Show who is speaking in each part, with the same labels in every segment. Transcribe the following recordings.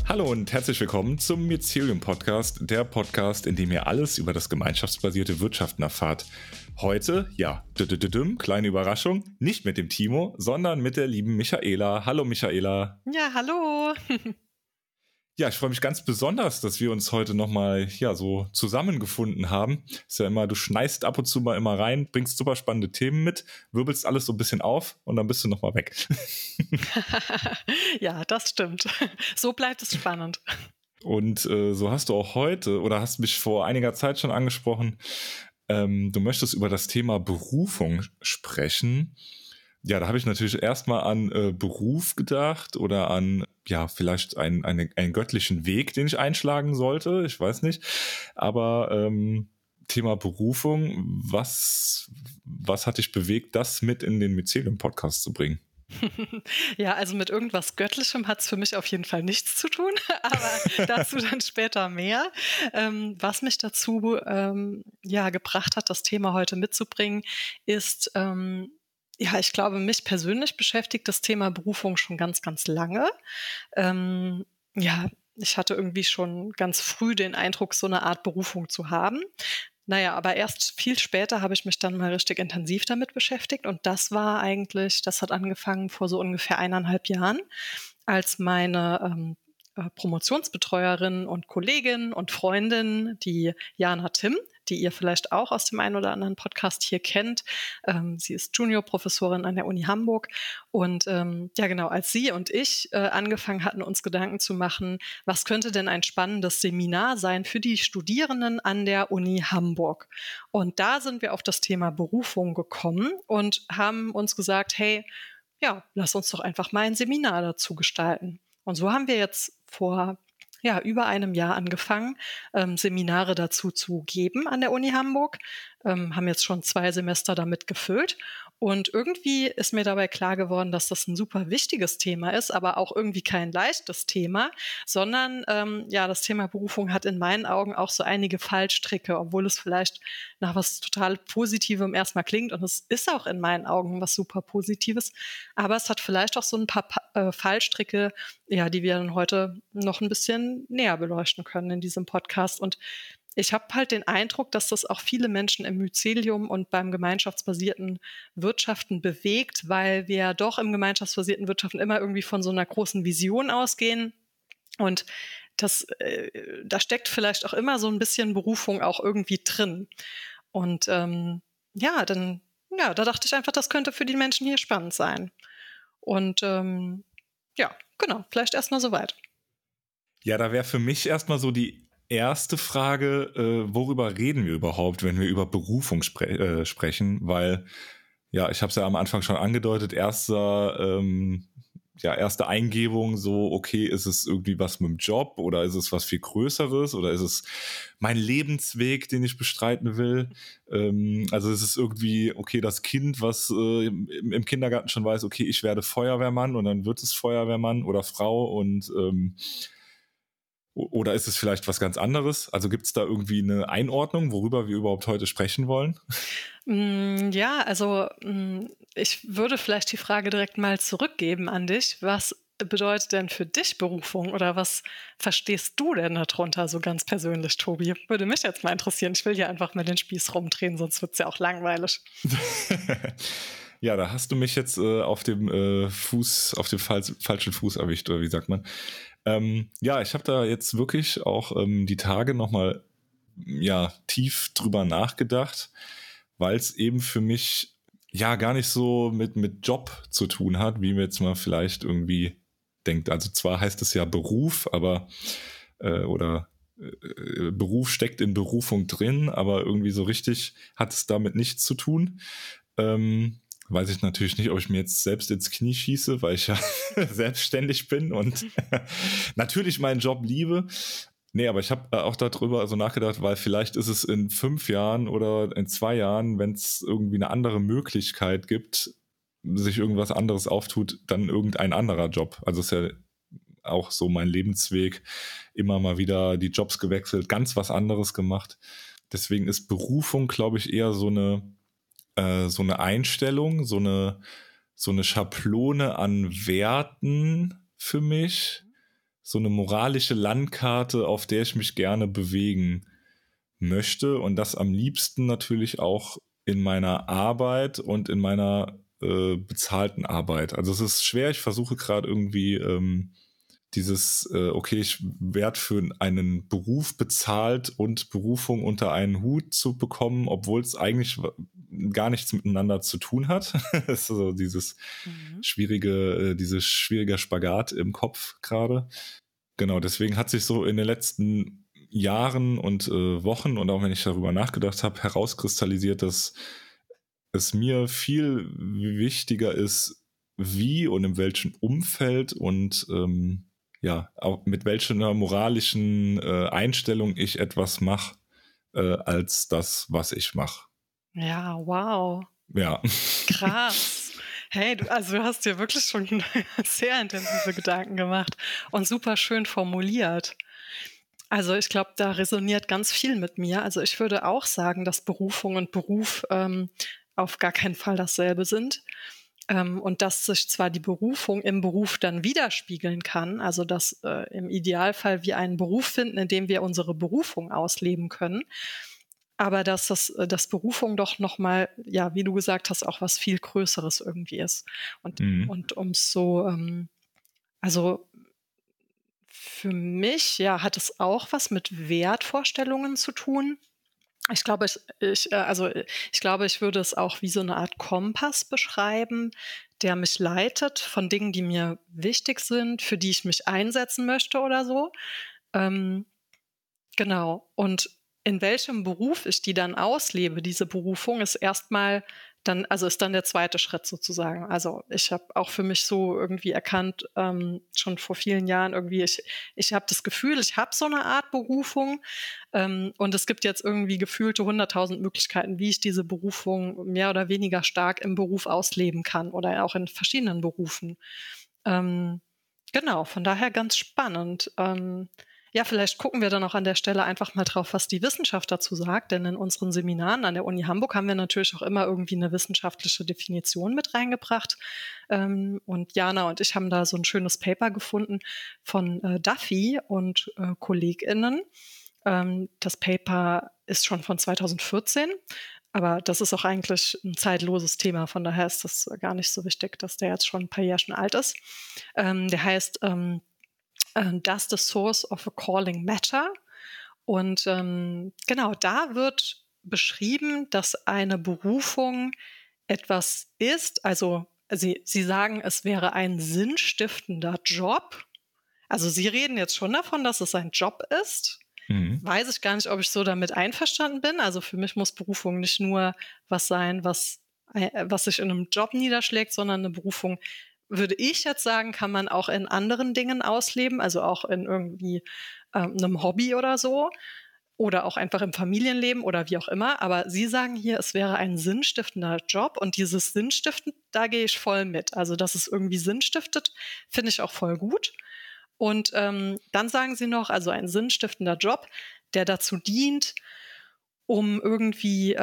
Speaker 1: Hallo und herzlich willkommen zum Mycelium Podcast, der Podcast, in dem ihr alles über das gemeinschaftsbasierte Wirtschaften erfahrt. Heute, kleine Überraschung, nicht mit dem Timo, sondern mit der lieben Michaela. Hallo Michaela.
Speaker 2: Ja, hallo.
Speaker 1: Ja, ich freue mich ganz besonders, dass wir uns heute nochmal so zusammengefunden haben. Ist ja immer, du schneist ab und zu mal immer rein, bringst super spannende Themen mit, wirbelst alles so ein bisschen auf und dann bist du nochmal weg.
Speaker 2: Ja, das stimmt. So bleibt es spannend.
Speaker 1: Und so hast du auch heute oder hast mich vor einiger Zeit schon angesprochen, du möchtest über das Thema Berufung sprechen. Ja, da habe ich natürlich erstmal an Beruf gedacht oder an, vielleicht einen göttlichen Weg, den ich einschlagen sollte. Ich weiß nicht. Aber Thema Berufung, was hat dich bewegt, das mit in den Mycelium-Podcast zu bringen?
Speaker 2: Ja, also mit irgendwas Göttlichem hat es für mich auf jeden Fall nichts zu tun, aber dazu dann später mehr. Was mich dazu gebracht hat, das Thema heute mitzubringen, ist, ich glaube, mich persönlich beschäftigt das Thema Berufung schon ganz, ganz lange. Ich hatte irgendwie schon ganz früh den Eindruck, so eine Art Berufung zu haben. Naja, aber erst viel später habe ich mich dann mal richtig intensiv damit beschäftigt und das hat angefangen vor so ungefähr 1,5 Jahren, als meine Promotionsbetreuerin und Kollegin und Freundin, die Jana Timm, die ihr vielleicht auch aus dem einen oder anderen Podcast hier kennt. Sie ist Juniorprofessorin an der Uni Hamburg. Und als sie und ich angefangen hatten, uns Gedanken zu machen, was könnte denn ein spannendes Seminar sein für die Studierenden an der Uni Hamburg? Und da sind wir auf das Thema Berufung gekommen und haben uns gesagt, hey, ja, lass uns doch einfach mal ein Seminar dazu gestalten. Und so haben wir jetzt vor über einem Jahr angefangen, Seminare dazu zu geben an der Uni Hamburg, haben jetzt schon 2 Semester damit gefüllt. Und irgendwie ist mir dabei klar geworden, dass das ein super wichtiges Thema ist, aber auch irgendwie kein leichtes Thema, sondern das Thema Berufung hat in meinen Augen auch so einige Fallstricke, obwohl es vielleicht nach was total Positivem erstmal klingt und es ist auch in meinen Augen was super Positives, aber es hat vielleicht auch so ein paar Fallstricke, die wir dann heute noch ein bisschen näher beleuchten können in diesem Podcast. Und ich habe halt den Eindruck, dass das auch viele Menschen im Mycelium und beim gemeinschaftsbasierten Wirtschaften bewegt, weil wir doch im gemeinschaftsbasierten Wirtschaften immer irgendwie von so einer großen Vision ausgehen. Und da steckt vielleicht auch immer so ein bisschen Berufung auch irgendwie drin. Und da dachte ich einfach, das könnte für die Menschen hier spannend sein. Und vielleicht erstmal soweit.
Speaker 1: Ja, da wäre für mich erstmal so die erste Frage, worüber reden wir überhaupt, wenn wir über Berufung sprechen? Weil, ich habe es ja am Anfang schon angedeutet, erste Eingebung so, okay, ist es irgendwie was mit dem Job oder ist es was viel Größeres oder ist es mein Lebensweg, den ich bestreiten will? Also ist es irgendwie, okay, das Kind, was im Kindergarten schon weiß, okay, ich werde Feuerwehrmann und dann wird es Feuerwehrmann oder Frau und oder ist es vielleicht was ganz anderes? Also gibt es da irgendwie eine Einordnung, worüber wir überhaupt heute sprechen wollen?
Speaker 2: Ich würde vielleicht die Frage direkt mal zurückgeben an dich. Was bedeutet denn für dich Berufung oder was verstehst du denn darunter so ganz persönlich, Tobi? Würde mich jetzt mal interessieren. Ich will hier einfach mal den Spieß rumdrehen, sonst wird es ja auch langweilig.
Speaker 1: Ja, da hast du mich jetzt auf dem falschen Fuß erwischt, oder wie sagt man? Ich habe da jetzt wirklich auch die Tage nochmal tief drüber nachgedacht, weil es eben für mich gar nicht so mit Job zu tun hat, wie man jetzt mal vielleicht irgendwie denkt. Also zwar heißt es ja Beruf, aber Beruf steckt in Berufung drin, aber irgendwie so richtig hat es damit nichts zu tun. Weiß ich natürlich nicht, ob ich mir jetzt selbst ins Knie schieße, weil ich ja selbstständig bin und natürlich meinen Job liebe. Nee, aber ich habe auch darüber so nachgedacht, weil vielleicht ist es in 5 Jahren oder in 2 Jahren, wenn es irgendwie eine andere Möglichkeit gibt, sich irgendwas anderes auftut, dann irgendein anderer Job. Also ist ja auch so mein Lebensweg, immer mal wieder die Jobs gewechselt, ganz was anderes gemacht. Deswegen ist Berufung, glaube ich, eher so eine Einstellung, so eine Schablone an Werten für mich, so eine moralische Landkarte, auf der ich mich gerne bewegen möchte und das am liebsten natürlich auch in meiner Arbeit und in meiner bezahlten Arbeit. Also es ist schwer, ich versuche gerade irgendwie dieses, okay, ich werde für einen Beruf bezahlt und Berufung unter einen Hut zu bekommen, obwohl es eigentlich gar nichts miteinander zu tun hat. Das ist so dieses dieses schwierige Spagat im Kopf gerade. Genau, deswegen hat sich so in den letzten Jahren und Wochen und auch wenn ich darüber nachgedacht habe, herauskristallisiert, dass es mir viel wichtiger ist, wie und in welchem Umfeld und ja, auch mit welcher moralischen Einstellung ich etwas mache, als das, was ich mache.
Speaker 2: Ja, wow.
Speaker 1: Ja.
Speaker 2: Krass. Hey, du hast dir wirklich schon sehr intensive Gedanken gemacht und super schön formuliert. Also ich glaube, da resoniert ganz viel mit mir. Also ich würde auch sagen, dass Berufung und Beruf auf gar keinen Fall dasselbe sind. Und dass sich zwar die Berufung im Beruf dann widerspiegeln kann, also dass im Idealfall wir einen Beruf finden, in dem wir unsere Berufung ausleben können, aber dass das Berufung doch nochmal, ja, wie du gesagt hast, auch was viel Größeres irgendwie ist. Und um es so, also für mich, ja, hat es auch was mit Wertvorstellungen zu tun. Ich glaube, ich glaube, ich würde es auch wie so eine Art Kompass beschreiben, der mich leitet von Dingen, die mir wichtig sind, für die ich mich einsetzen möchte oder so. Genau. Und in welchem Beruf ich die dann auslebe, diese Berufung, ist dann der zweite Schritt sozusagen. Also ich habe auch für mich so irgendwie erkannt, schon vor vielen Jahren irgendwie, ich habe das Gefühl, ich habe so eine Art Berufung und es gibt jetzt irgendwie gefühlte 100.000 Möglichkeiten, wie ich diese Berufung mehr oder weniger stark im Beruf ausleben kann oder auch in verschiedenen Berufen. Genau, von daher ganz spannend. Ja, vielleicht gucken wir dann auch an der Stelle einfach mal drauf, was die Wissenschaft dazu sagt, denn in unseren Seminaren an der Uni Hamburg haben wir natürlich auch immer irgendwie eine wissenschaftliche Definition mit reingebracht. Und Jana und ich haben da so ein schönes Paper gefunden von Duffy und KollegInnen. Das Paper ist schon von 2014, aber das ist auch eigentlich ein zeitloses Thema, von daher ist das gar nicht so wichtig, dass der jetzt schon ein paar Jahre schon alt ist. Der heißt Does the source of a calling matter? Und genau, da wird beschrieben, dass eine Berufung etwas ist, also Sie sagen, es wäre ein sinnstiftender Job. Also Sie reden jetzt schon davon, dass es ein Job ist. Weiß ich gar nicht, ob ich so damit einverstanden bin. Also für mich muss Berufung nicht nur was sein, was sich in einem Job niederschlägt, sondern eine Berufung, würde ich jetzt sagen, kann man auch in anderen Dingen ausleben, also auch in irgendwie einem Hobby oder so oder auch einfach im Familienleben oder wie auch immer. Aber Sie sagen hier, es wäre ein sinnstiftender Job und dieses Sinnstiften, da gehe ich voll mit. Also, dass es irgendwie Sinn stiftet, finde ich auch voll gut. Und dann sagen Sie noch, also ein sinnstiftender Job, der dazu dient, um irgendwie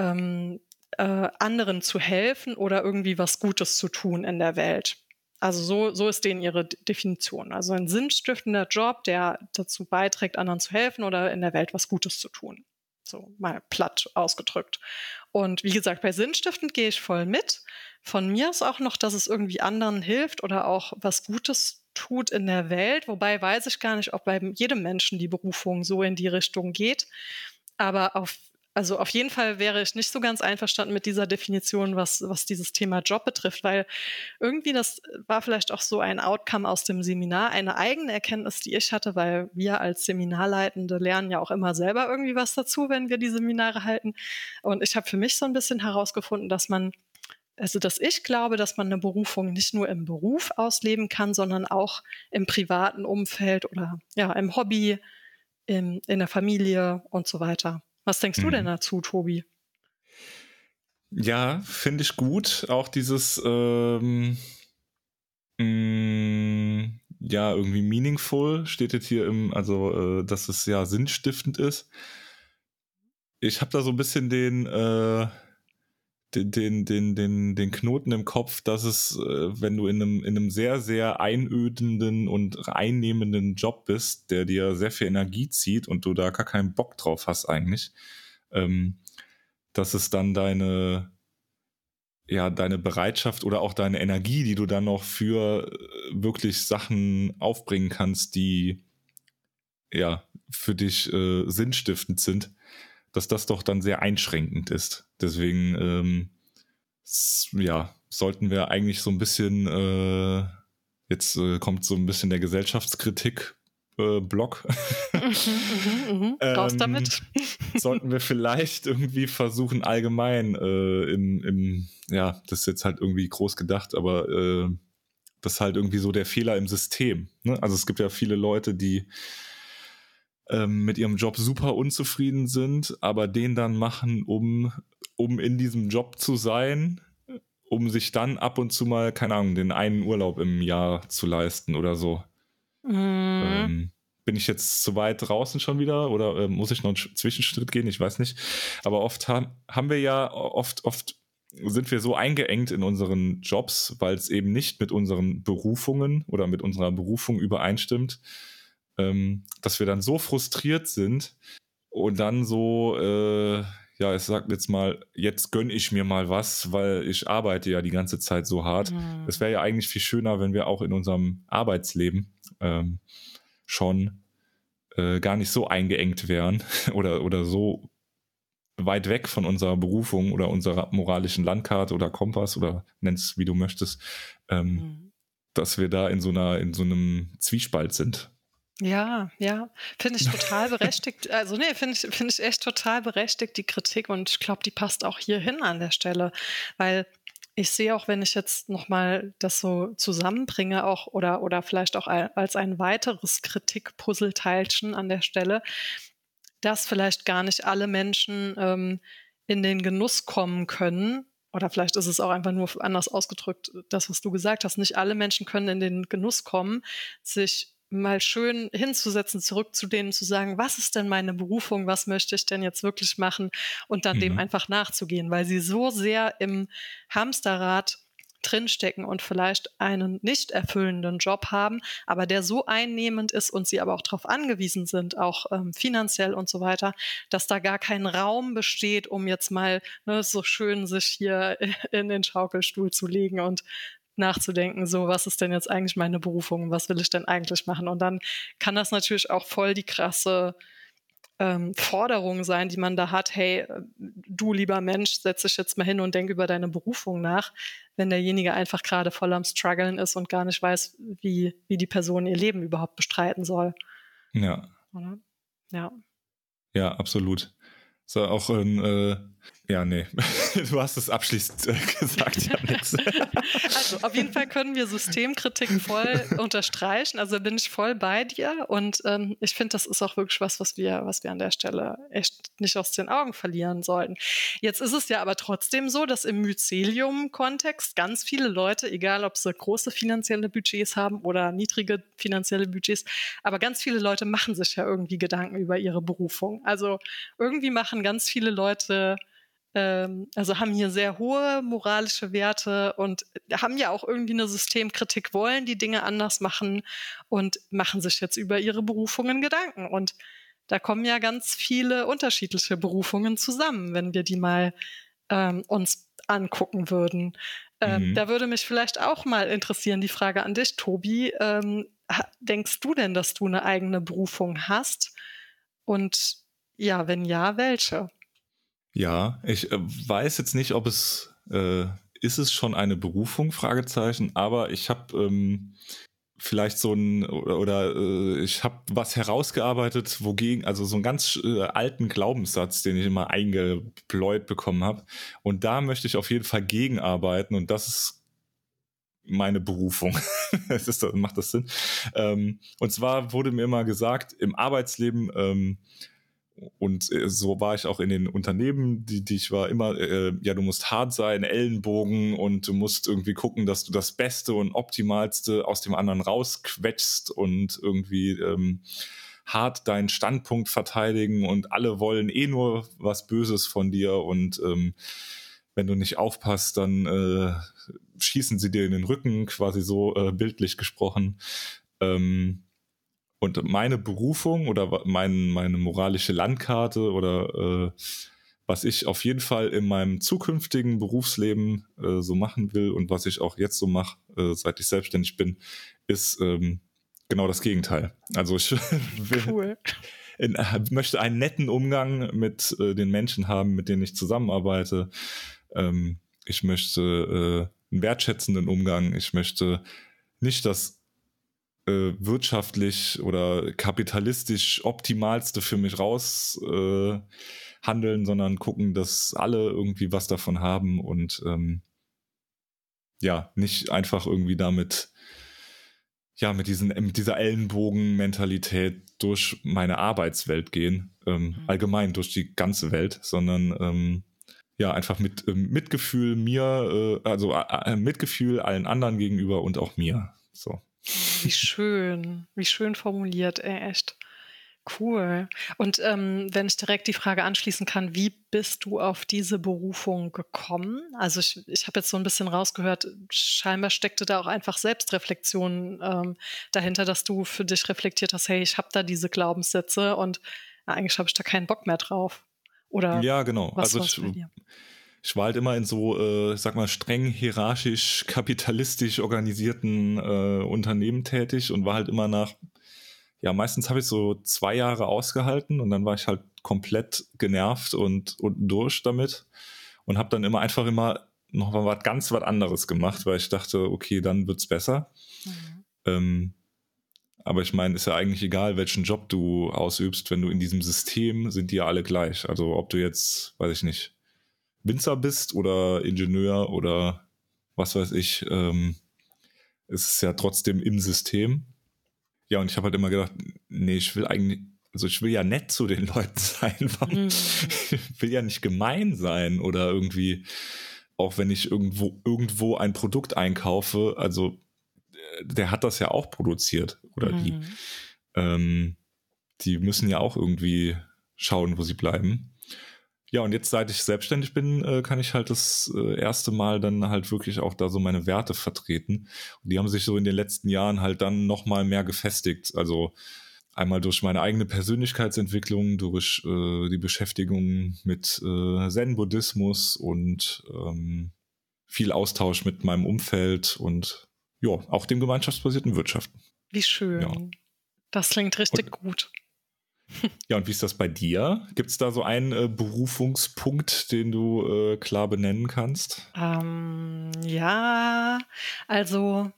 Speaker 2: anderen zu helfen oder irgendwie was Gutes zu tun in der Welt. Also so ist denen ihre Definition. Also ein sinnstiftender Job, der dazu beiträgt, anderen zu helfen oder in der Welt was Gutes zu tun. So mal platt ausgedrückt. Und wie gesagt, bei sinnstiftend gehe ich voll mit. Von mir ist auch noch, dass es irgendwie anderen hilft oder auch was Gutes tut in der Welt. Wobei weiß ich gar nicht, ob bei jedem Menschen die Berufung so in die Richtung geht. Aber auf jeden Fall wäre ich nicht so ganz einverstanden mit dieser Definition, was dieses Thema Job betrifft, weil irgendwie das war vielleicht auch so ein Outcome aus dem Seminar, eine eigene Erkenntnis, die ich hatte, weil wir als Seminarleitende lernen ja auch immer selber irgendwie was dazu, wenn wir die Seminare halten. Und ich habe für mich so ein bisschen herausgefunden, dass ich glaube, dass man eine Berufung nicht nur im Beruf ausleben kann, sondern auch im privaten Umfeld oder ja, im Hobby, in der Familie und so weiter. Was denkst du denn dazu, Tobi?
Speaker 1: Ja, finde ich gut. Auch dieses ja, irgendwie meaningful steht jetzt hier dass es ja sinnstiftend ist. Ich habe da so ein bisschen den Knoten im Kopf, dass es, wenn du in einem sehr, sehr einödenden und einnehmenden Job bist, der dir sehr viel Energie zieht und du da gar keinen Bock drauf hast eigentlich, dass es dann deine Bereitschaft oder auch deine Energie, die du dann noch für wirklich Sachen aufbringen kannst, die ja für dich sinnstiftend sind, dass das doch dann sehr einschränkend ist. Deswegen sollten wir eigentlich so ein bisschen, jetzt kommt so ein bisschen der Gesellschaftskritik Block.
Speaker 2: Raus damit.
Speaker 1: Sollten wir vielleicht irgendwie versuchen, allgemein das ist jetzt halt irgendwie groß gedacht, aber das ist halt irgendwie so der Fehler im System. Ne? Also es gibt ja viele Leute, die mit ihrem Job super unzufrieden sind, aber den dann machen, um in diesem Job zu sein, um sich dann ab und zu mal, keine Ahnung, den einen Urlaub im Jahr zu leisten oder so. Bin ich jetzt zu weit draußen schon wieder oder muss ich noch einen Zwischenschritt gehen? Ich weiß nicht. Aber oft haben wir ja, oft sind wir so eingeengt in unseren Jobs, weil es eben nicht mit unseren Berufungen oder mit unserer Berufung übereinstimmt, dass wir dann so frustriert sind und dann so, ich sag jetzt mal, jetzt gönne ich mir mal was, weil ich arbeite ja die ganze Zeit so hart. Es wäre ja eigentlich viel schöner, wenn wir auch in unserem Arbeitsleben schon gar nicht so eingeengt wären oder so weit weg von unserer Berufung oder unserer moralischen Landkarte oder Kompass oder nenn's wie du möchtest, dass wir da in so einem Zwiespalt sind.
Speaker 2: Ja, finde ich total berechtigt. Also finde ich echt total berechtigt, die Kritik. Und ich glaube, die passt auch hier hin an der Stelle. Weil ich sehe auch, wenn ich jetzt nochmal das so zusammenbringe, auch oder vielleicht auch als ein weiteres Kritikpuzzleteilchen an der Stelle, dass vielleicht gar nicht alle Menschen in den Genuss kommen können. Oder vielleicht ist es auch einfach nur anders ausgedrückt, das, was du gesagt hast. Nicht alle Menschen können in den Genuss kommen, sich mal schön hinzusetzen, zurück zu denen zu sagen, was ist denn meine Berufung, was möchte ich denn jetzt wirklich machen und dann dem einfach nachzugehen, weil sie so sehr im Hamsterrad drinstecken und vielleicht einen nicht erfüllenden Job haben, aber der so einnehmend ist und sie aber auch darauf angewiesen sind, auch finanziell und so weiter, dass da gar kein Raum besteht, um jetzt mal so schön sich hier in den Schaukelstuhl zu legen und nachzudenken, so was ist denn jetzt eigentlich meine Berufung, was will ich denn eigentlich machen? Und dann kann das natürlich auch voll die krasse Forderung sein, die man da hat, hey, du lieber Mensch, setz dich jetzt mal hin und denk über deine Berufung nach, wenn derjenige einfach gerade voll am Struggeln ist und gar nicht weiß, wie die Person ihr Leben überhaupt bestreiten soll.
Speaker 1: Ja.
Speaker 2: Oder? Ja.
Speaker 1: Ja, absolut. So auch du hast es abschließend gesagt, ja nix.
Speaker 2: Also auf jeden Fall können wir Systemkritik voll unterstreichen, also bin ich voll bei dir und ich finde, das ist auch wirklich was wir an der Stelle echt nicht aus den Augen verlieren sollten. Jetzt ist es ja aber trotzdem so, dass im Mycelium-Kontext ganz viele Leute, egal ob sie große finanzielle Budgets haben oder niedrige finanzielle Budgets, aber ganz viele Leute machen sich ja irgendwie Gedanken über ihre Berufung. Also irgendwie machen ganz viele Leute also haben hier sehr hohe moralische Werte und haben ja auch irgendwie eine Systemkritik, wollen die Dinge anders machen und machen sich jetzt über ihre Berufungen Gedanken. Und da kommen ja ganz viele unterschiedliche Berufungen zusammen, wenn wir die mal uns angucken würden. Da würde mich vielleicht auch mal interessieren, die Frage an dich, Tobi. Denkst du denn, dass du eine eigene Berufung hast? Und ja, wenn ja, welche?
Speaker 1: Ja, ich weiß jetzt nicht, ob es ist es schon eine Berufung, Fragezeichen, aber ich habe vielleicht so ich habe was herausgearbeitet, wogegen, also so einen ganz alten Glaubenssatz, den ich immer eingebläut bekommen habe. Und da möchte ich auf jeden Fall gegenarbeiten und das ist meine Berufung. Macht das Sinn? Und zwar wurde mir immer gesagt, im Arbeitsleben und so war ich auch in den Unternehmen, die ich war, immer, du musst hart sein, Ellenbogen und du musst irgendwie gucken, dass du das Beste und Optimalste aus dem anderen rausquetschst und irgendwie hart deinen Standpunkt verteidigen und alle wollen nur was Böses von dir und wenn du nicht aufpasst, dann schießen sie dir in den Rücken, quasi so bildlich gesprochen. Und meine Berufung oder meine moralische Landkarte oder was ich auf jeden Fall in meinem zukünftigen Berufsleben so machen will und was ich auch jetzt so mache, seit ich selbstständig bin, ist genau das Gegenteil. Also ich
Speaker 2: Cool.
Speaker 1: möchte einen netten Umgang mit den Menschen haben, mit denen ich zusammenarbeite. Ich möchte einen wertschätzenden Umgang. Ich möchte nicht das wirtschaftlich oder kapitalistisch optimalste für mich raus handeln, sondern gucken, dass alle irgendwie was davon haben und ja, nicht einfach irgendwie damit, ja, mit dieser Ellenbogen-Mentalität durch meine Arbeitswelt gehen, allgemein durch die ganze Welt, sondern ja, einfach mit Mitgefühl Mitgefühl allen anderen gegenüber und auch mir. So.
Speaker 2: Wie schön formuliert, echt. Cool. Und wenn ich direkt die Frage anschließen kann, wie bist du auf diese Berufung gekommen? Also ich habe jetzt so ein bisschen rausgehört, scheinbar steckte da auch einfach Selbstreflexion dahinter, dass du für dich reflektiert hast, hey, ich habe da diese Glaubenssätze und eigentlich habe ich da keinen Bock mehr drauf. Oder
Speaker 1: Ja, genau.
Speaker 2: was
Speaker 1: Also
Speaker 2: war es bei dir?
Speaker 1: ich war halt immer in so, sag mal, streng hierarchisch, kapitalistisch organisierten Unternehmen tätig und war halt immer ja, meistens habe ich so 2 Jahre ausgehalten und dann war ich halt komplett genervt und durch damit und habe dann einfach noch mal was anderes gemacht, weil ich dachte, okay, dann wird's besser. Aber ich meine, ist ja eigentlich egal, welchen Job du ausübst, wenn du in diesem System sind die ja alle gleich. Also ob du jetzt, weiß ich nicht, Winzer bist oder Ingenieur oder was weiß ich, es ist ja trotzdem im System. Ja, und ich habe halt immer gedacht, nee, ich will ja nett zu den Leuten sein. Ich will ja nicht gemein sein oder irgendwie, auch wenn ich irgendwo ein Produkt einkaufe, also der hat das ja auch produziert oder die. Die müssen ja auch irgendwie schauen, wo sie bleiben. Ja, und jetzt, seit ich selbstständig bin, kann ich halt das erste Mal dann halt wirklich auch da so meine Werte vertreten. Und die haben sich so in den letzten Jahren halt dann nochmal mehr gefestigt. Also einmal durch meine eigene Persönlichkeitsentwicklung, durch die Beschäftigung mit Zen-Buddhismus und viel Austausch mit meinem Umfeld und ja, auch dem gemeinschaftsbasierten Wirtschaften.
Speaker 2: Wie schön.
Speaker 1: Ja.
Speaker 2: Das klingt richtig gut.
Speaker 1: Ja, und wie ist das bei dir? Gibt es da so einen Berufungspunkt, den du klar benennen kannst?
Speaker 2: Ja, also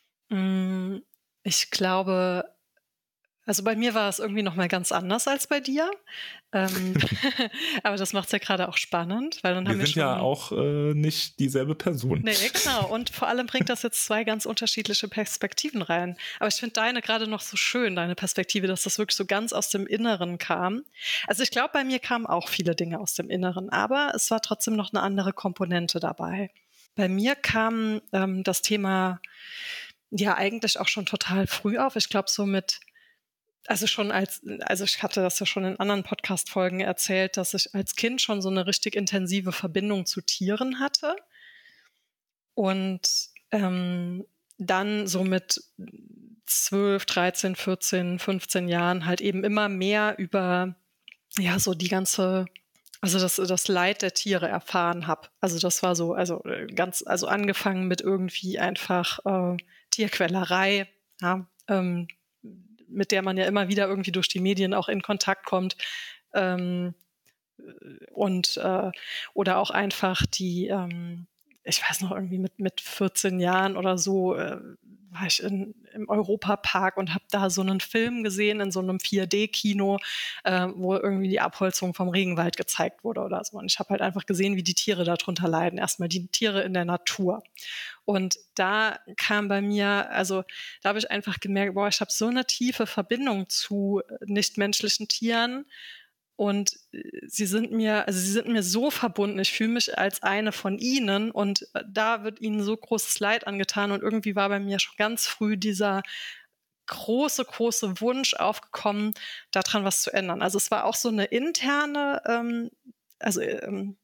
Speaker 2: ich glaube, also bei mir war es irgendwie nochmal ganz anders als bei dir. Aber das macht es ja gerade auch spannend, weil dann haben wir
Speaker 1: sind
Speaker 2: schon
Speaker 1: ja auch nicht dieselbe Person.
Speaker 2: Nee, genau. Und vor allem bringt das jetzt 2 ganz unterschiedliche Perspektiven rein. Aber ich finde deine gerade noch so schön, deine Perspektive, dass das wirklich so ganz aus dem Inneren kam. Also ich glaube, bei mir kamen auch viele Dinge aus dem Inneren, aber es war trotzdem noch eine andere Komponente dabei. Bei mir kam das Thema ja eigentlich auch schon total früh auf. Ich glaube so also ich hatte das ja schon in anderen Podcast-Folgen erzählt, dass ich als Kind schon so eine richtig intensive Verbindung zu Tieren hatte. Und dann so mit 12, 13, 14, 15 Jahren halt eben immer mehr über ja so die ganze, also das Leid der Tiere erfahren habe. Also das war so, also angefangen mit irgendwie einfach Tierquälerei, ja, mit der man ja immer wieder irgendwie durch die Medien auch in Kontakt kommt. Oder auch einfach die ich weiß noch, irgendwie mit 14 Jahren oder so war ich im Europapark und habe da so einen Film gesehen in so einem 4D-Kino, wo irgendwie die Abholzung vom Regenwald gezeigt wurde oder so. Und ich habe halt einfach gesehen, wie die Tiere darunter leiden. Erstmal die Tiere in der Natur. Und da kam bei mir, also da habe ich einfach gemerkt, boah, ich habe so eine tiefe Verbindung zu nichtmenschlichen Tieren. Und sie sind mir so verbunden. Ich fühle mich als eine von ihnen und da wird ihnen so großes Leid angetan. Und irgendwie war bei mir schon ganz früh dieser große, große Wunsch aufgekommen, daran was zu ändern. Also es war auch so eine interne,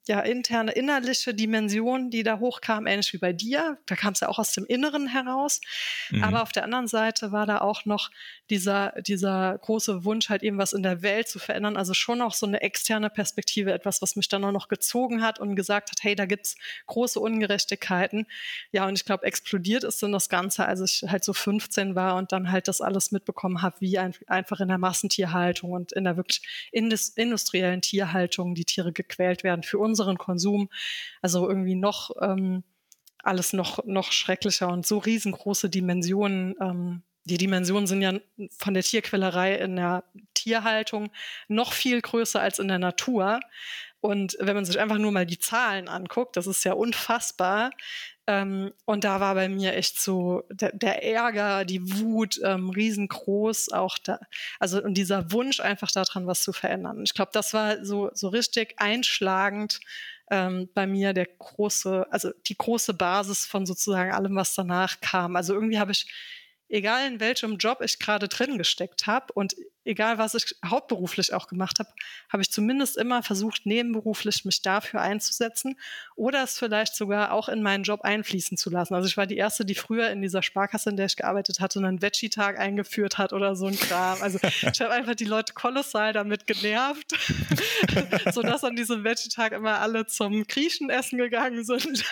Speaker 2: interne, innerliche Dimension, die da hochkam, ähnlich wie bei dir. Da kam es ja auch aus dem Inneren heraus. Aber auf der anderen Seite war da auch noch dieser große Wunsch, halt eben was in der Welt zu verändern. Also schon auch so eine externe Perspektive, etwas, was mich dann auch noch gezogen hat und gesagt hat, hey, da gibt's große Ungerechtigkeiten. Ja, und ich glaube, explodiert ist dann das Ganze, als ich halt so 15 war und dann halt das alles mitbekommen habe, wie einfach in der Massentierhaltung und in der wirklich industriellen Tierhaltung die Tiere gequält werden für unseren Konsum. Also irgendwie noch alles noch schrecklicher und so riesengroße Dimensionen. Die Dimensionen sind ja von der Tierquälerei in der Tierhaltung noch viel größer als in der Natur. Und wenn man sich einfach nur mal die Zahlen anguckt, das ist ja unfassbar. Und da war bei mir echt so der Ärger, die Wut riesengroß, auch da, also und dieser Wunsch einfach daran, was zu verändern. Ich glaube, das war so richtig einschlagend bei mir die große Basis von sozusagen allem, was danach kam. Also irgendwie habe ich, egal in welchem Job ich gerade drin gesteckt habe und egal was ich hauptberuflich auch gemacht habe, habe ich zumindest immer versucht, nebenberuflich mich dafür einzusetzen oder es vielleicht sogar auch in meinen Job einfließen zu lassen. Also ich war die Erste, die früher in dieser Sparkasse, in der ich gearbeitet hatte, einen Veggie-Tag eingeführt hat oder so ein Kram. Also ich habe einfach die Leute kolossal damit genervt, sodass an diesem Veggie-Tag immer alle zum Griechen essen gegangen sind.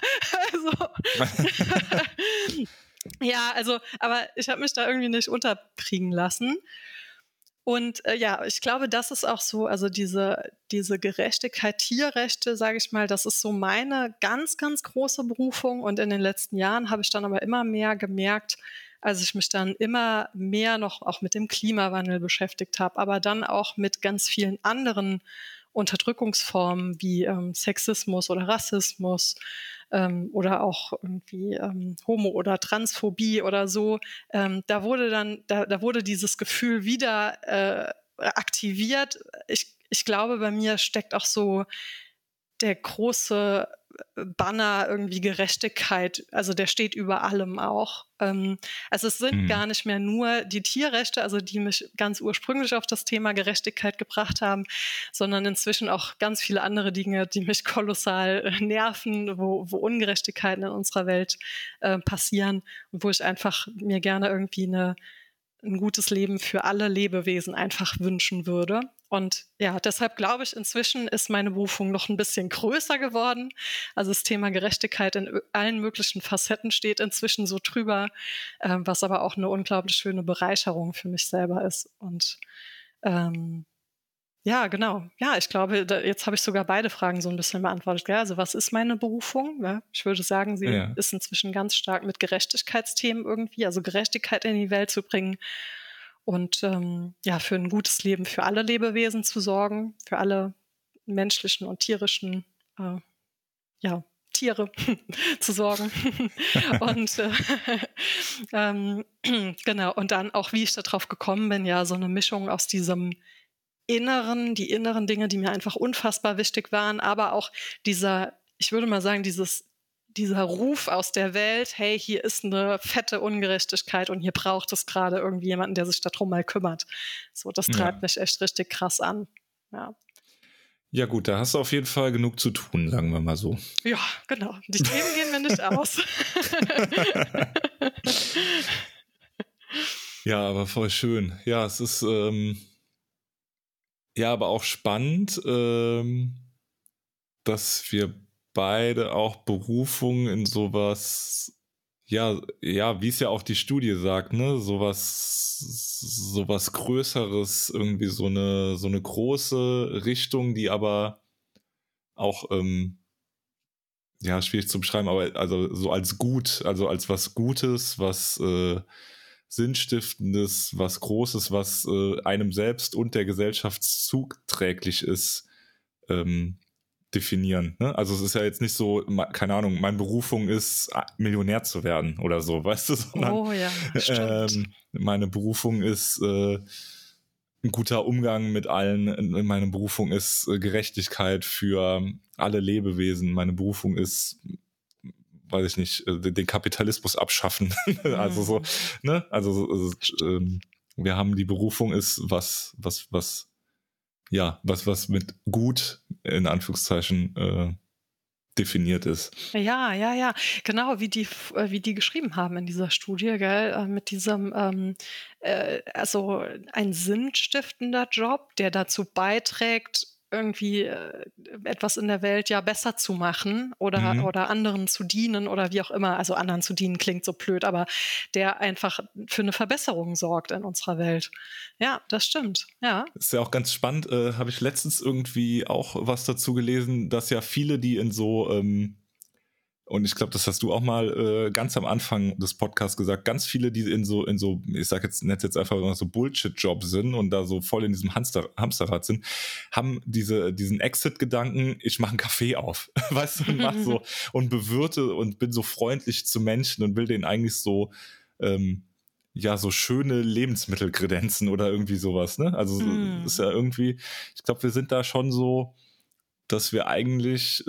Speaker 2: Ja, also, aber ich habe mich da irgendwie nicht unterkriegen lassen. Und ich glaube, das ist auch so, also diese Gerechtigkeit, Tierrechte, sage ich mal, das ist so meine ganz, ganz große Berufung. Und in den letzten Jahren habe ich dann aber immer mehr gemerkt, als ich mich dann immer mehr noch auch mit dem Klimawandel beschäftigt habe, aber dann auch mit ganz vielen anderen Unterdrückungsformen wie Sexismus oder Rassismus oder auch irgendwie Homo- oder Transphobie oder so. Da wurde dieses Gefühl wieder aktiviert. Ich glaube, bei mir steckt auch so der große Banner irgendwie Gerechtigkeit, also der steht über allem auch. Also es sind gar nicht mehr nur die Tierrechte, also die mich ganz ursprünglich auf das Thema Gerechtigkeit gebracht haben, sondern inzwischen auch ganz viele andere Dinge, die mich kolossal nerven, wo Ungerechtigkeiten in unserer Welt passieren und wo ich einfach mir gerne irgendwie ein gutes Leben für alle Lebewesen einfach wünschen würde. Und ja, deshalb glaube ich, inzwischen ist meine Berufung noch ein bisschen größer geworden. Also das Thema Gerechtigkeit in allen möglichen Facetten steht inzwischen so drüber, was aber auch eine unglaublich schöne Bereicherung für mich selber ist. Und ja, genau. Ja, ich glaube, jetzt habe ich sogar beide Fragen so ein bisschen beantwortet. Gell? Also was ist meine Berufung? Ja, ich würde sagen, sie ist inzwischen ganz stark mit Gerechtigkeitsthemen irgendwie, also Gerechtigkeit in die Welt zu bringen und für ein gutes Leben für alle Lebewesen zu sorgen, für alle menschlichen und tierischen Tiere zu sorgen. Und genau, und dann auch, wie ich darauf gekommen bin, ja, so eine Mischung aus diesem die inneren Dinge, die mir einfach unfassbar wichtig waren, aber auch ich würde mal sagen, dieser Ruf aus der Welt, hey, hier ist eine fette Ungerechtigkeit und hier braucht es gerade irgendwie jemanden, der sich darum mal kümmert. So, das treibt mich echt richtig krass an. Ja.
Speaker 1: Ja gut, da hast du auf jeden Fall genug zu tun, sagen wir mal so.
Speaker 2: Ja, genau. Die Themen gehen mir nicht aus.
Speaker 1: Ja, aber voll schön. Ja, es ist aber auch spannend, dass wir beide auch Berufung in sowas, wie es ja auch die Studie sagt, ne, sowas Größeres, irgendwie so eine große Richtung, die aber auch, schwierig zu beschreiben, aber also so als gut, also als was Gutes, was Sinnstiftendes, was Großes, was einem selbst und der Gesellschaft zuträglich ist, definieren. Ne? Also es ist ja jetzt nicht so, keine Ahnung, meine Berufung ist, Millionär zu werden oder so, weißt du? Sondern, meine Berufung ist ein guter Umgang mit allen. Meine Berufung ist Gerechtigkeit für alle Lebewesen. Meine Berufung ist, weiß ich nicht, den Kapitalismus abschaffen. Also so, ne? Also wir haben die Berufung ist was mit gut, in Anführungszeichen, definiert ist.
Speaker 2: Ja. Genau, wie die geschrieben haben in dieser Studie, gell, mit diesem, also ein sinnstiftender Job, der dazu beiträgt, irgendwie etwas in der Welt ja besser zu machen
Speaker 1: Mhm.
Speaker 2: oder anderen zu dienen oder wie auch immer. Also anderen zu dienen klingt so blöd, aber der einfach für eine Verbesserung sorgt in unserer Welt. Ja, das stimmt. Ja.
Speaker 1: Ist ja auch ganz spannend, habe ich letztens irgendwie auch was dazu gelesen, dass ja viele, die in so und ich glaube, das hast du auch mal ganz am Anfang des Podcasts gesagt, ganz viele, die in so, ich sag jetzt, nett jetzt einfach mal so Bullshit-Jobs sind und da so voll in diesem Hamsterrad sind, haben diesen Exit-Gedanken, ich mache einen Kaffee auf, weißt du, und mach so und bewirte und bin so freundlich zu Menschen und will denen eigentlich so, ja, so schöne Lebensmittel kredenzen oder irgendwie sowas, ne? Also ist ja irgendwie, ich glaube, wir sind da schon so, dass wir eigentlich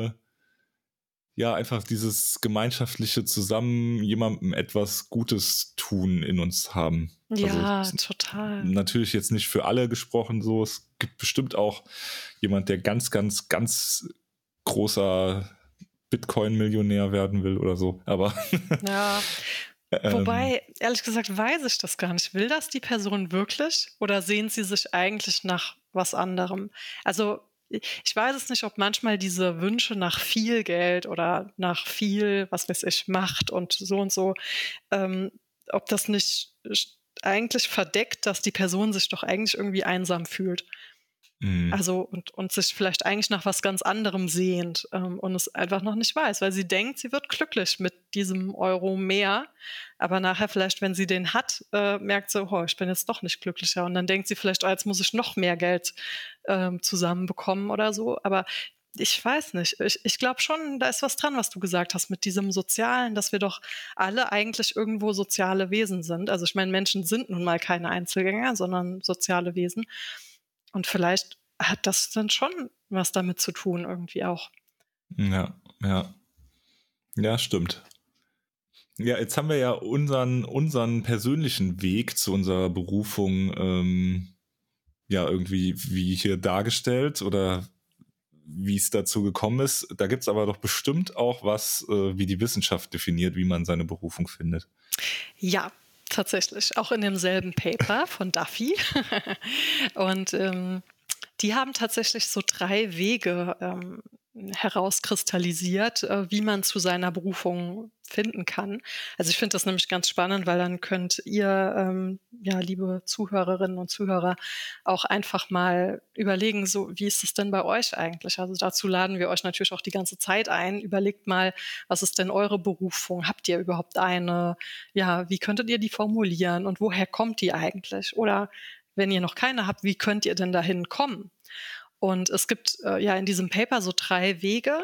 Speaker 1: ja, einfach dieses gemeinschaftliche Zusammen jemandem etwas Gutes tun in uns haben. Also
Speaker 2: Ja, total.
Speaker 1: natürlich jetzt nicht für alle gesprochen so. Es gibt bestimmt auch jemand, der ganz, ganz, ganz großer Bitcoin-Millionär werden will oder so. Aber
Speaker 2: Ja.
Speaker 1: ähm,
Speaker 2: Wobei, ehrlich gesagt, weiß ich das gar nicht. Will das die Person wirklich oder sehen sie sich eigentlich nach was anderem? Also ich weiß es nicht, ob manchmal diese Wünsche nach viel Geld oder nach viel, was weiß ich, Macht und so, ähm, ob das nicht eigentlich verdeckt, dass die Person sich doch eigentlich irgendwie einsam fühlt.
Speaker 1: mh,
Speaker 2: Also und sich vielleicht eigentlich nach was ganz anderem sehnt und es einfach noch nicht weiß, weil sie denkt, sie wird glücklich mit diesem Euro mehr, aber nachher vielleicht, wenn sie den hat, merkt sie, oh, ich bin jetzt doch nicht glücklicher und dann denkt sie vielleicht, oh, jetzt muss ich noch mehr Geld zusammenbekommen oder so, aber ich weiß nicht. Ich glaube schon, da ist was dran, was du gesagt hast mit diesem Sozialen, dass wir doch alle eigentlich irgendwo soziale Wesen sind. Also ich meine, Menschen sind nun mal keine Einzelgänger, sondern soziale Wesen. Und vielleicht hat das dann schon was damit zu tun, irgendwie auch.
Speaker 1: ja, ja. Ja, stimmt. Ja, jetzt haben wir ja unseren persönlichen Weg zu unserer Berufung ja irgendwie wie hier dargestellt oder wie es dazu gekommen ist. Da gibt's aber doch bestimmt auch was, wie die Wissenschaft definiert, wie man seine Berufung findet.
Speaker 2: Ja, tatsächlich. Auch in demselben Paper von Duffy. Und die haben tatsächlich so 3 Wege herauskristallisiert, wie man zu seiner Berufung finden kann. Also ich finde das nämlich ganz spannend, weil dann könnt ihr, ja, liebe Zuhörerinnen und Zuhörer, auch einfach mal überlegen, so wie ist es denn bei euch eigentlich? Also dazu laden wir euch natürlich auch die ganze Zeit ein. Überlegt mal, was ist denn eure Berufung? Habt ihr überhaupt eine? Ja, wie könntet ihr die formulieren und woher kommt die eigentlich? Oder wenn ihr noch keine habt, wie könnt ihr denn dahin kommen? Und es gibt ja in diesem Paper so 3 Wege.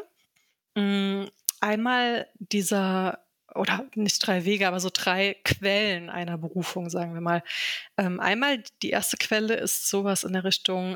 Speaker 2: Einmal dieser, oder nicht 3 Wege, aber so 3 Quellen einer Berufung, sagen wir mal. Einmal die erste Quelle ist sowas in der Richtung,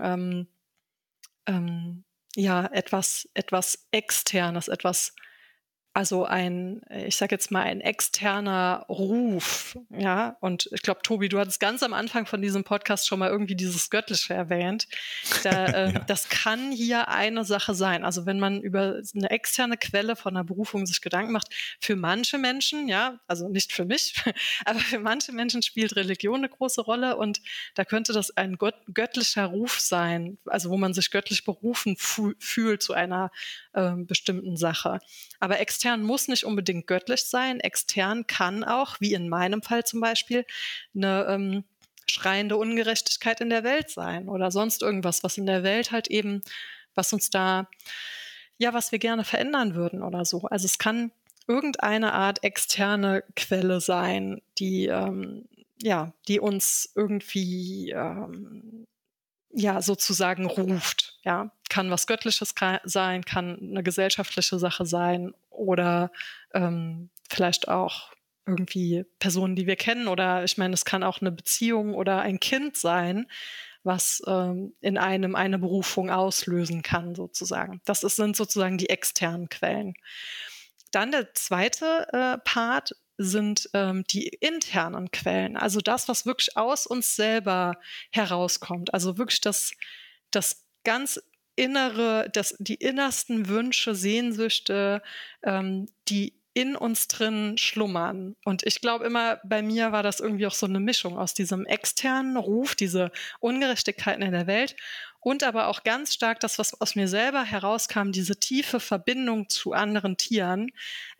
Speaker 2: ja, etwas Externes, also ich sage jetzt mal, ein externer Ruf, ja. Und ich glaube, Tobi, du hattest ganz am Anfang von diesem Podcast schon mal irgendwie dieses Göttliche erwähnt.
Speaker 1: Ja.
Speaker 2: Das kann hier eine Sache sein. Also wenn man über eine externe Quelle von einer Berufung sich Gedanken macht, für manche Menschen, ja, also nicht für mich, aber für manche Menschen spielt Religion eine große Rolle und da könnte das ein göttlicher Ruf sein, also wo man sich göttlich berufen fühlt zu einer bestimmten Sache. Aber extern muss nicht unbedingt göttlich sein. Extern kann auch, wie in meinem Fall zum Beispiel, eine schreiende Ungerechtigkeit in der Welt sein oder sonst irgendwas, was in der Welt halt eben, was uns da, ja, was wir gerne verändern würden oder so. Also es kann irgendeine Art externe Quelle sein, ja, die uns irgendwie ja, sozusagen ruft, ja. Kann was Göttliches sein, kann eine gesellschaftliche Sache sein oder vielleicht auch irgendwie Personen, die wir kennen oder ich meine, es kann auch eine Beziehung oder ein Kind sein, was in einem eine Berufung auslösen kann, sozusagen. Sind sozusagen die externen Quellen. Dann der zweite Part sind die internen Quellen, also das, was wirklich aus uns selber herauskommt, also wirklich das ganz die innersten Wünsche, Sehnsüchte, die in uns drin schlummern. Und ich glaube immer, bei mir war das irgendwie auch so eine Mischung aus diesem externen Ruf, diese Ungerechtigkeiten in der Welt und aber auch ganz stark das, was aus mir selber herauskam, diese tiefe Verbindung zu anderen Tieren.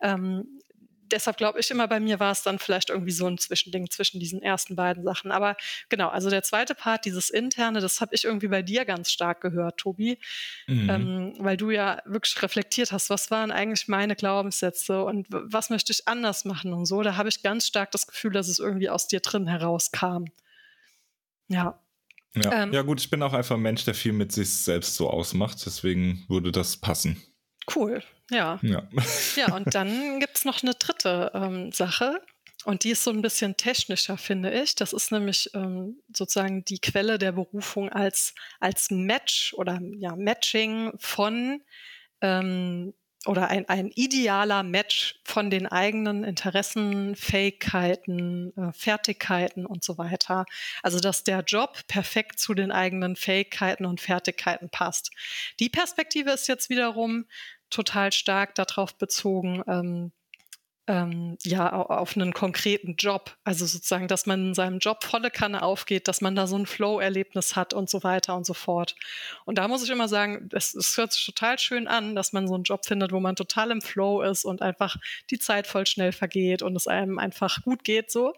Speaker 2: Deshalb glaube ich immer, bei mir war es dann vielleicht irgendwie so ein Zwischending zwischen diesen ersten beiden Sachen. Aber genau, also der zweite Part, dieses Interne, das habe ich irgendwie bei dir ganz stark gehört, Tobi, weil du ja wirklich reflektiert hast, was waren eigentlich meine Glaubenssätze und was möchte ich anders machen und so. Da habe ich ganz stark das Gefühl, dass es irgendwie aus dir drin herauskam. Ja.
Speaker 1: Ja, gut, ich bin auch einfach ein Mensch, der viel mit sich selbst so ausmacht, deswegen würde das passen.
Speaker 2: Cool, ja. Ja, und dann gibt es noch eine dritte Sache und die ist so ein bisschen technischer, finde ich. Das ist nämlich sozusagen die Quelle der Berufung als Match oder ja, Matching von oder ein idealer Match von den eigenen Interessen, Fähigkeiten, Fertigkeiten und so weiter. Also, dass der Job perfekt zu den eigenen Fähigkeiten und Fertigkeiten passt. Die Perspektive ist jetzt wiederum total stark darauf bezogen, ja, auf einen konkreten Job. Also sozusagen, dass man in seinem Job volle Kanne aufgeht, dass man da so ein Flow-Erlebnis hat und so weiter und so fort. Und da muss ich immer sagen, es hört sich total schön an, dass man so einen Job findet, wo man total im Flow ist und einfach die Zeit voll schnell vergeht und es einem einfach gut geht so.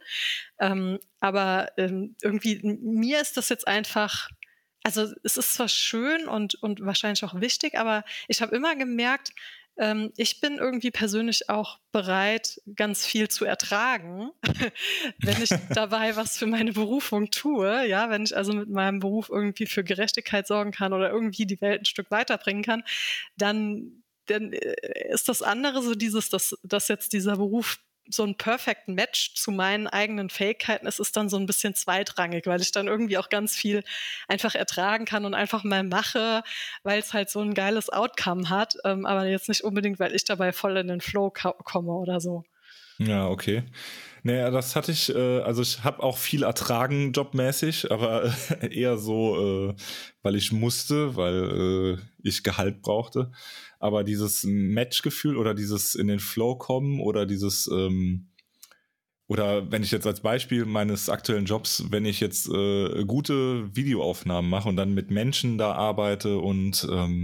Speaker 2: Aber irgendwie, mir ist das jetzt einfach, also es ist zwar schön und wahrscheinlich auch wichtig, aber ich habe immer gemerkt, ich bin irgendwie persönlich auch bereit, ganz viel zu ertragen, wenn ich dabei was für meine Berufung tue. Ja, wenn ich also mit meinem Beruf irgendwie für Gerechtigkeit sorgen kann oder irgendwie die Welt ein Stück weiterbringen kann, dann ist das andere so dass jetzt dieser Beruf so ein perfect Match zu meinen eigenen Fähigkeiten ist, ist dann so ein bisschen zweitrangig, weil ich dann irgendwie auch ganz viel einfach ertragen kann und einfach mal mache, weil es halt so ein geiles Outcome hat, aber jetzt nicht unbedingt, weil ich dabei voll in den Flow komme oder so.
Speaker 1: Ja, okay. Naja, das hatte ich, also ich habe auch viel ertragen jobmäßig, aber eher so, weil ich musste, weil ich Gehalt brauchte. Aber dieses Matchgefühl oder dieses in den Flow kommen oder dieses, oder wenn ich jetzt als Beispiel meines aktuellen Jobs, wenn ich jetzt gute Videoaufnahmen mache und dann mit Menschen da arbeite und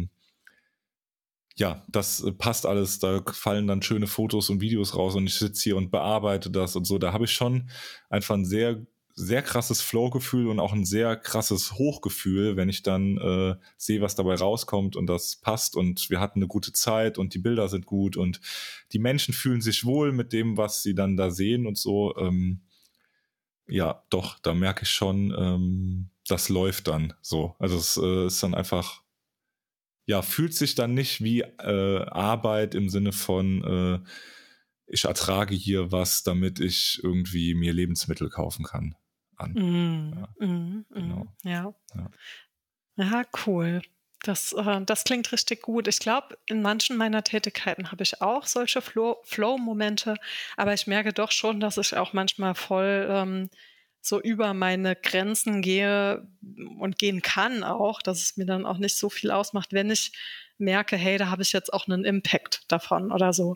Speaker 1: ja, das passt alles, da fallen dann schöne Fotos und Videos raus und ich sitze hier und bearbeite das und so. Da habe ich schon einfach ein sehr, sehr krasses Flow-Gefühl und auch ein sehr krasses Hochgefühl, wenn ich dann sehe, was dabei rauskommt und das passt und wir hatten eine gute Zeit und die Bilder sind gut und die Menschen fühlen sich wohl mit dem, was sie dann da sehen und so. Ja, doch, da merke ich schon, das läuft dann so. Also es ist dann einfach, ja, fühlt sich dann nicht wie Arbeit im Sinne von ich ertrage hier was, damit ich irgendwie mir Lebensmittel kaufen kann an. Genau.
Speaker 2: Ja. Ja, cool. Das klingt richtig gut. Ich glaube, in manchen meiner Tätigkeiten habe ich auch solche Flow-Momente, aber ich merke doch schon, dass ich auch manchmal voll so über meine Grenzen gehe und gehen kann auch, dass es mir dann auch nicht so viel ausmacht, wenn ich merke, hey, da habe ich jetzt auch einen Impact davon oder so.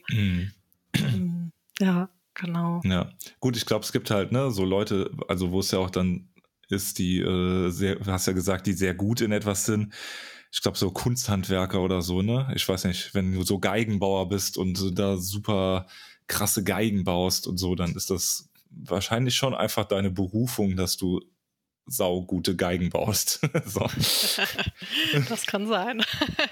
Speaker 2: Ja, genau.
Speaker 1: Ja, gut, ich glaube, es gibt halt so Leute, also wo es ja auch dann ist, die du hast ja gesagt, die sehr gut in etwas sind. Ich glaube, so Kunsthandwerker oder so, ne? Ich weiß nicht, wenn du so Geigenbauer bist und da super krasse Geigen baust und so, dann ist das wahrscheinlich schon einfach deine Berufung, dass du saugute Geigen baust. So.
Speaker 2: Das kann sein.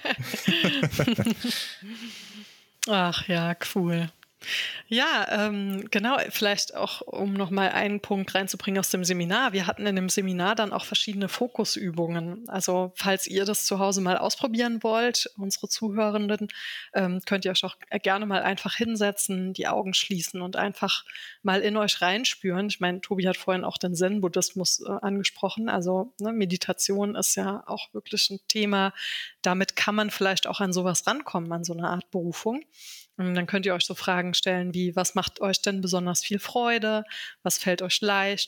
Speaker 2: Ach ja, cool. Ja, genau, vielleicht auch, um nochmal einen Punkt reinzubringen aus dem Seminar. Wir hatten in dem Seminar dann auch verschiedene Fokusübungen. Also falls ihr das zu Hause mal ausprobieren wollt, unsere Zuhörenden, könnt ihr euch auch gerne mal einfach hinsetzen, die Augen schließen und einfach mal in euch reinspüren. Ich meine, Tobi hat vorhin auch den Zen-Buddhismus angesprochen. Also Meditation ist ja auch wirklich ein Thema. Damit kann man vielleicht auch an sowas rankommen, an so eine Art Berufung. Und dann könnt ihr euch so Fragen stellen wie, was macht euch denn besonders viel Freude? Was fällt euch leicht?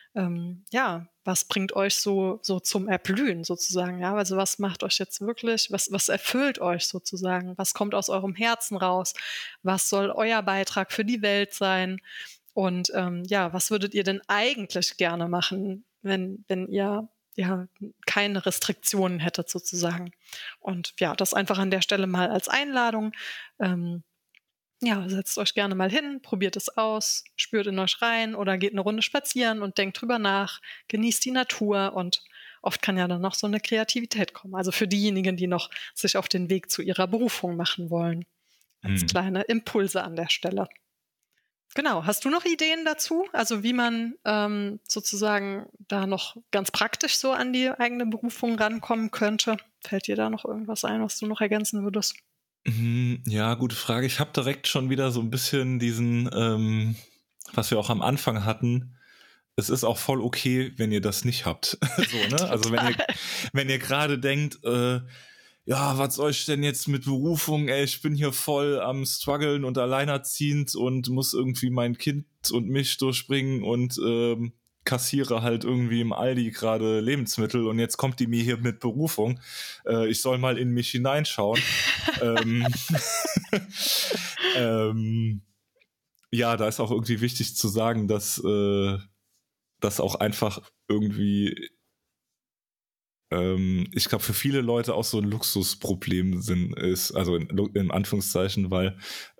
Speaker 2: was bringt euch so zum Erblühen sozusagen, ja? Also was macht euch jetzt wirklich, was erfüllt euch sozusagen? Was kommt aus eurem Herzen raus? Was soll euer Beitrag für die Welt sein? Und was würdet ihr denn eigentlich gerne machen, wenn ihr keine Restriktionen hättet sozusagen? Und ja, das einfach an der Stelle mal als Einladung. Setzt euch gerne mal hin, probiert es aus, spürt in euch rein oder geht eine Runde spazieren und denkt drüber nach, genießt die Natur und oft kann ja dann noch so eine Kreativität kommen. Also für diejenigen, die noch sich auf den Weg zu ihrer Berufung machen wollen. Als kleine Impulse an der Stelle. Genau, hast du noch Ideen dazu? Also wie man sozusagen da noch ganz praktisch so an die eigene Berufung rankommen könnte? Fällt dir da noch irgendwas ein, was du noch ergänzen würdest?
Speaker 1: Ja, gute Frage. Ich habe direkt schon wieder so ein bisschen diesen, was wir auch am Anfang hatten. Es ist auch voll okay, wenn ihr das nicht habt. So, ne? Also wenn ihr gerade denkt, was soll ich denn jetzt mit Berufung? Ich bin hier voll am struggeln und alleinerziehend und muss irgendwie mein Kind und mich durchbringen und kassiere halt irgendwie im Aldi gerade Lebensmittel und jetzt kommt die mir hier mit Berufung. Ich soll mal in mich hineinschauen. Da ist auch irgendwie wichtig zu sagen, dass das auch einfach irgendwie ich glaube, für viele Leute auch so ein Luxusproblem ist, also in Anführungszeichen, weil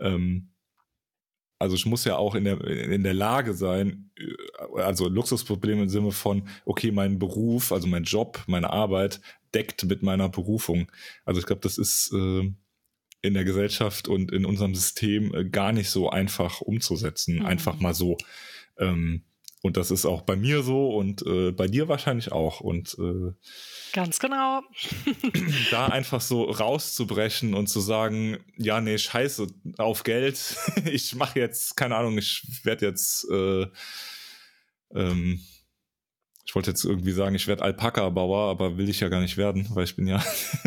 Speaker 1: also ich muss ja auch in der Lage sein, also Luxusprobleme im Sinne von, okay, mein Beruf, also mein Job, meine Arbeit deckt mit meiner Berufung. Also ich glaube, das ist in der Gesellschaft und in unserem System gar nicht so einfach umzusetzen, einfach mal so. Und das ist auch bei mir so und bei dir wahrscheinlich auch. Und
Speaker 2: ganz genau.
Speaker 1: Da einfach so rauszubrechen und zu sagen, ja, nee, scheiße auf Geld. Ich mache jetzt, keine Ahnung, ich werde jetzt, ich wollte jetzt irgendwie sagen, ich werde Alpaka-Bauer, aber will ich ja gar nicht werden, weil ich bin ja,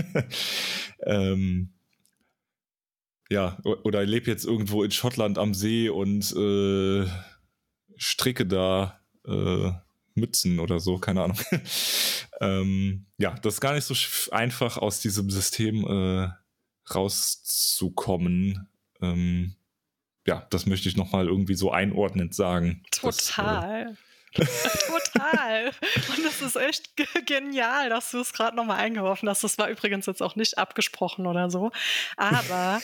Speaker 1: oder ich lebe jetzt irgendwo in Schottland am See und stricke da Mützen oder so, keine Ahnung. Das ist gar nicht so einfach, aus diesem System rauszukommen. Das möchte ich nochmal irgendwie so einordnend sagen.
Speaker 2: Total. Total. Und das ist echt genial, dass du es gerade nochmal eingeworfen hast. Das war übrigens jetzt auch nicht abgesprochen oder so. Aber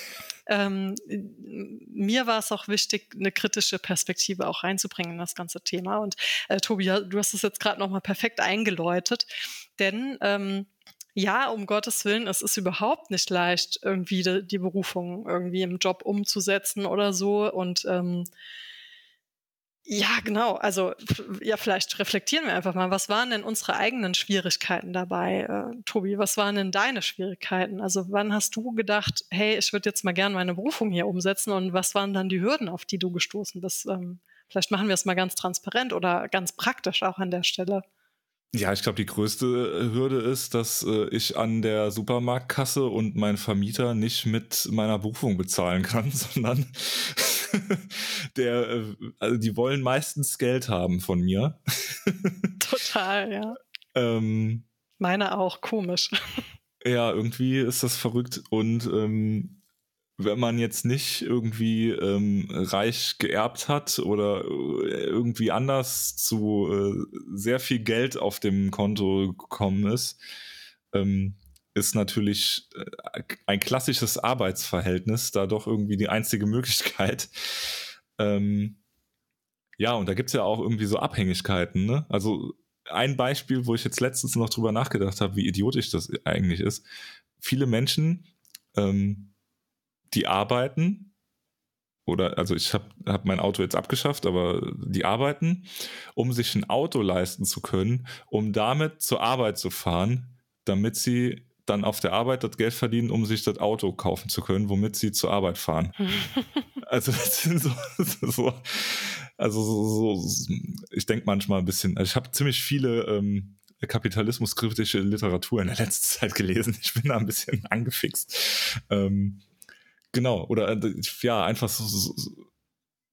Speaker 2: mir war es auch wichtig, eine kritische Perspektive auch reinzubringen in das ganze Thema. Und Tobi, du hast es jetzt gerade nochmal perfekt eingeläutet. Denn um Gottes Willen, es ist überhaupt nicht leicht, irgendwie die Berufung irgendwie im Job umzusetzen oder so. Und genau. Also vielleicht reflektieren wir einfach mal. Was waren denn unsere eigenen Schwierigkeiten dabei? Tobi, was waren denn deine Schwierigkeiten? Also wann hast du gedacht, hey, ich würde jetzt mal gerne meine Berufung hier umsetzen und was waren dann die Hürden, auf die du gestoßen bist? Vielleicht machen wir es mal ganz transparent oder ganz praktisch auch an der Stelle.
Speaker 1: Ja, ich glaube, die größte Hürde ist, dass ich an der Supermarktkasse und mein Vermieter nicht mit meiner Berufung bezahlen kann, sondern die wollen meistens Geld haben von mir.
Speaker 2: Total, ja. Meine auch, komisch.
Speaker 1: Ja, irgendwie ist das verrückt und wenn man jetzt nicht irgendwie reich geerbt hat oder irgendwie anders zu sehr viel Geld auf dem Konto gekommen ist, ist natürlich ein klassisches Arbeitsverhältnis da doch irgendwie die einzige Möglichkeit. Und da gibt's ja auch irgendwie so Abhängigkeiten, ne? Also ein Beispiel, wo ich jetzt letztens noch drüber nachgedacht habe, wie idiotisch das eigentlich ist. Viele Menschen, die arbeiten, also ich hab mein Auto jetzt abgeschafft, aber die arbeiten, um sich ein Auto leisten zu können, um damit zur Arbeit zu fahren, damit sie dann auf der Arbeit das Geld verdienen, um sich das Auto kaufen zu können, womit sie zur Arbeit fahren. Also das sind ich denke manchmal ein bisschen, also ich habe ziemlich viele kapitalismuskritische Literatur in der letzten Zeit gelesen. Ich bin da ein bisschen angefixt. Genau, oder einfach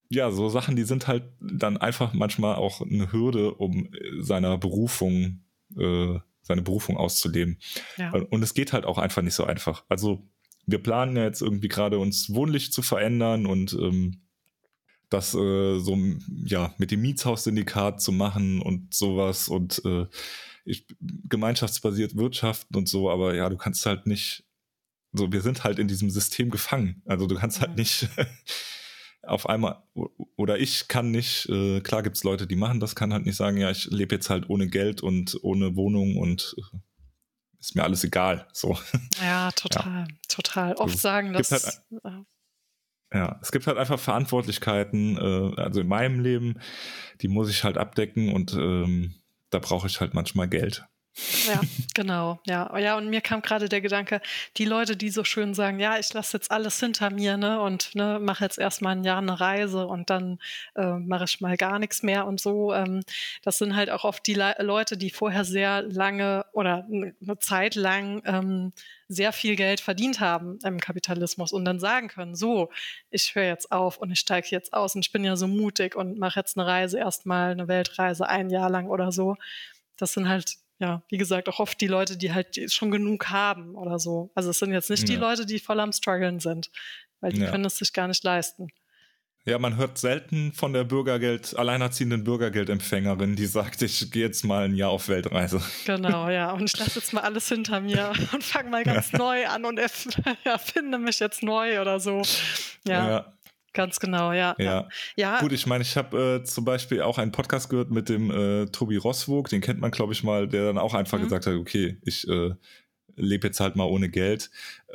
Speaker 1: ja, so Sachen, die sind halt dann einfach manchmal auch eine Hürde, um seine Berufung auszuleben.
Speaker 2: Ja.
Speaker 1: Und es geht halt auch einfach nicht so einfach. Also wir planen ja jetzt irgendwie gerade uns wohnlich zu verändern und das so ja mit dem Mietshaussyndikat zu machen und sowas und gemeinschaftsbasiert wirtschaften und so, aber ja, du kannst halt nicht, so wir sind halt in diesem System gefangen. Also du kannst halt nicht auf einmal, oder ich kann nicht, klar gibt's Leute, die machen das, kann halt nicht sagen, ja, ich lebe jetzt halt ohne Geld und ohne Wohnung und ist mir alles egal. So.
Speaker 2: Ja, total, total. Oft sagen
Speaker 1: gibt
Speaker 2: das.
Speaker 1: halt, ja, es gibt halt einfach Verantwortlichkeiten, also in meinem Leben, die muss ich halt abdecken und da brauche ich halt manchmal Geld.
Speaker 2: Ja, genau, ja. Ja, und mir kam gerade der Gedanke, die Leute, die so schön sagen, ja, ich lasse jetzt alles hinter mir, ne, und ne, mache jetzt erstmal ein Jahr eine Reise und dann mache ich mal gar nichts mehr und so. Das sind halt auch oft die Leute, die vorher sehr lange oder eine Zeit lang sehr viel Geld verdient haben im Kapitalismus und dann sagen können, so, ich höre jetzt auf und ich steige jetzt aus und ich bin ja so mutig und mache jetzt eine Reise, erstmal eine Weltreise, ein Jahr lang oder so. Das sind halt, ja, wie gesagt, auch oft die Leute, die halt schon genug haben oder so. Also es sind jetzt nicht die Leute, die voll am Struggeln sind, weil die können es sich gar nicht leisten.
Speaker 1: Ja, man hört selten von der alleinerziehenden Bürgergeldempfängerin, die sagt, ich gehe jetzt mal ein Jahr auf Weltreise.
Speaker 2: Genau, ja. Und ich lasse jetzt mal alles hinter mir und fange mal ganz neu an und erfinde mich jetzt neu oder so. Ja. Ganz genau, ja.
Speaker 1: Gut, ich meine, ich habe zum Beispiel auch einen Podcast gehört mit dem Tobi Roswog, den kennt man, glaube ich, mal, der dann auch einfach gesagt hat, okay, ich lebe jetzt halt mal ohne Geld.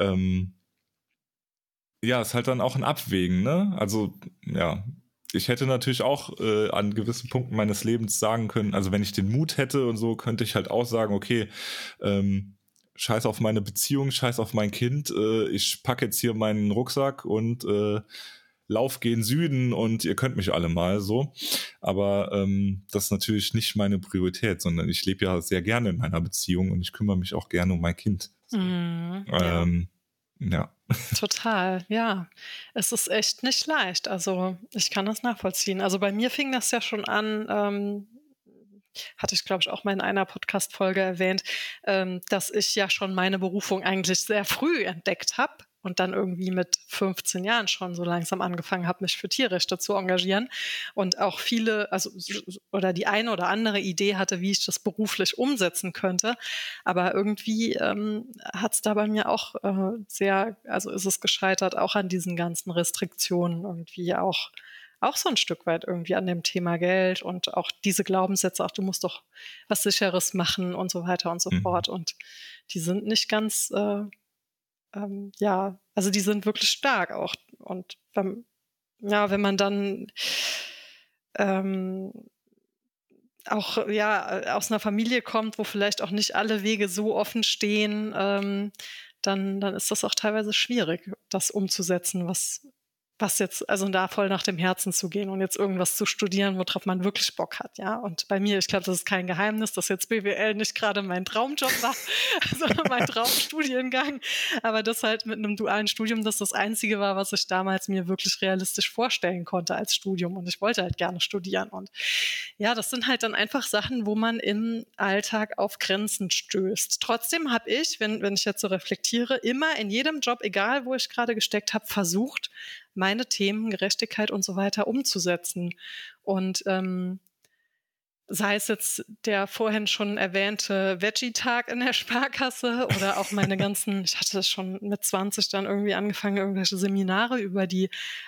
Speaker 1: Ja, ist halt dann auch ein Abwägen, ne? Also, ja, ich hätte natürlich auch an gewissen Punkten meines Lebens sagen können, also wenn ich den Mut hätte und so, könnte ich halt auch sagen, okay, scheiß auf meine Beziehung, scheiß auf mein Kind, ich packe jetzt hier meinen Rucksack und lauf gen Süden und ihr könnt mich alle mal so. Aber das ist natürlich nicht meine Priorität, sondern ich lebe ja sehr gerne in meiner Beziehung und ich kümmere mich auch gerne um mein Kind. So. Ja.
Speaker 2: Total, ja. Es ist echt nicht leicht. Also ich kann das nachvollziehen. Also bei mir fing das ja schon an, hatte ich, glaube ich, auch mal in einer Podcast-Folge erwähnt, dass ich ja schon meine Berufung eigentlich sehr früh entdeckt habe und dann irgendwie mit 15 Jahren schon so langsam angefangen habe, mich für Tierrechte zu engagieren und auch viele, also oder die eine oder andere Idee hatte, wie ich das beruflich umsetzen könnte. Aber irgendwie hat es da bei mir auch also ist es gescheitert, auch an diesen ganzen Restriktionen irgendwie auch so ein Stück weit irgendwie an dem Thema Geld und auch diese Glaubenssätze, auch du musst doch was Sicheres machen und so weiter und so fort. Und die sind nicht ganz also die sind wirklich stark auch. Und wenn man dann auch aus einer Familie kommt, wo vielleicht auch nicht alle Wege so offen stehen, dann ist das auch teilweise schwierig, das umzusetzen, was jetzt, also da voll nach dem Herzen zu gehen und jetzt irgendwas zu studieren, worauf man wirklich Bock hat, ja. Und bei mir, ich glaube, das ist kein Geheimnis, dass jetzt BWL nicht gerade mein Traumjob war, sondern mein Traumstudiengang. Aber das halt mit einem dualen Studium, das Einzige war, was ich damals mir wirklich realistisch vorstellen konnte als Studium. Und ich wollte halt gerne studieren. Und ja, das sind halt dann einfach Sachen, wo man im Alltag auf Grenzen stößt. Trotzdem habe ich, wenn ich jetzt so reflektiere, immer in jedem Job, egal wo ich gerade gesteckt habe, versucht, meine Themen, Gerechtigkeit und so weiter umzusetzen. Und sei es jetzt der vorhin schon erwähnte Veggie-Tag in der Sparkasse oder auch meine ganzen, ich hatte schon mit 20 dann irgendwie angefangen, irgendwelche Seminare über die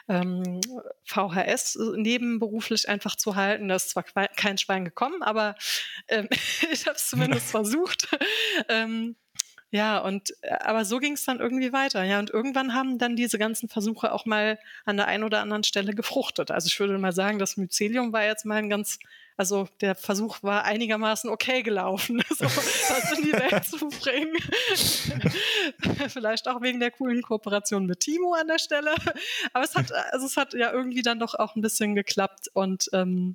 Speaker 2: VHS nebenberuflich einfach zu halten. Da ist zwar kein Schwein gekommen, aber ich habe es zumindest versucht. Aber so ging es dann irgendwie weiter. Ja, und irgendwann haben dann diese ganzen Versuche auch mal an der einen oder anderen Stelle gefruchtet. Also ich würde mal sagen, das Mycelium war jetzt mal also der Versuch war einigermaßen okay gelaufen, so was in die Welt zu bringen. Vielleicht auch wegen der coolen Kooperation mit Timo an der Stelle. Aber es hat ja irgendwie dann doch auch ein bisschen geklappt und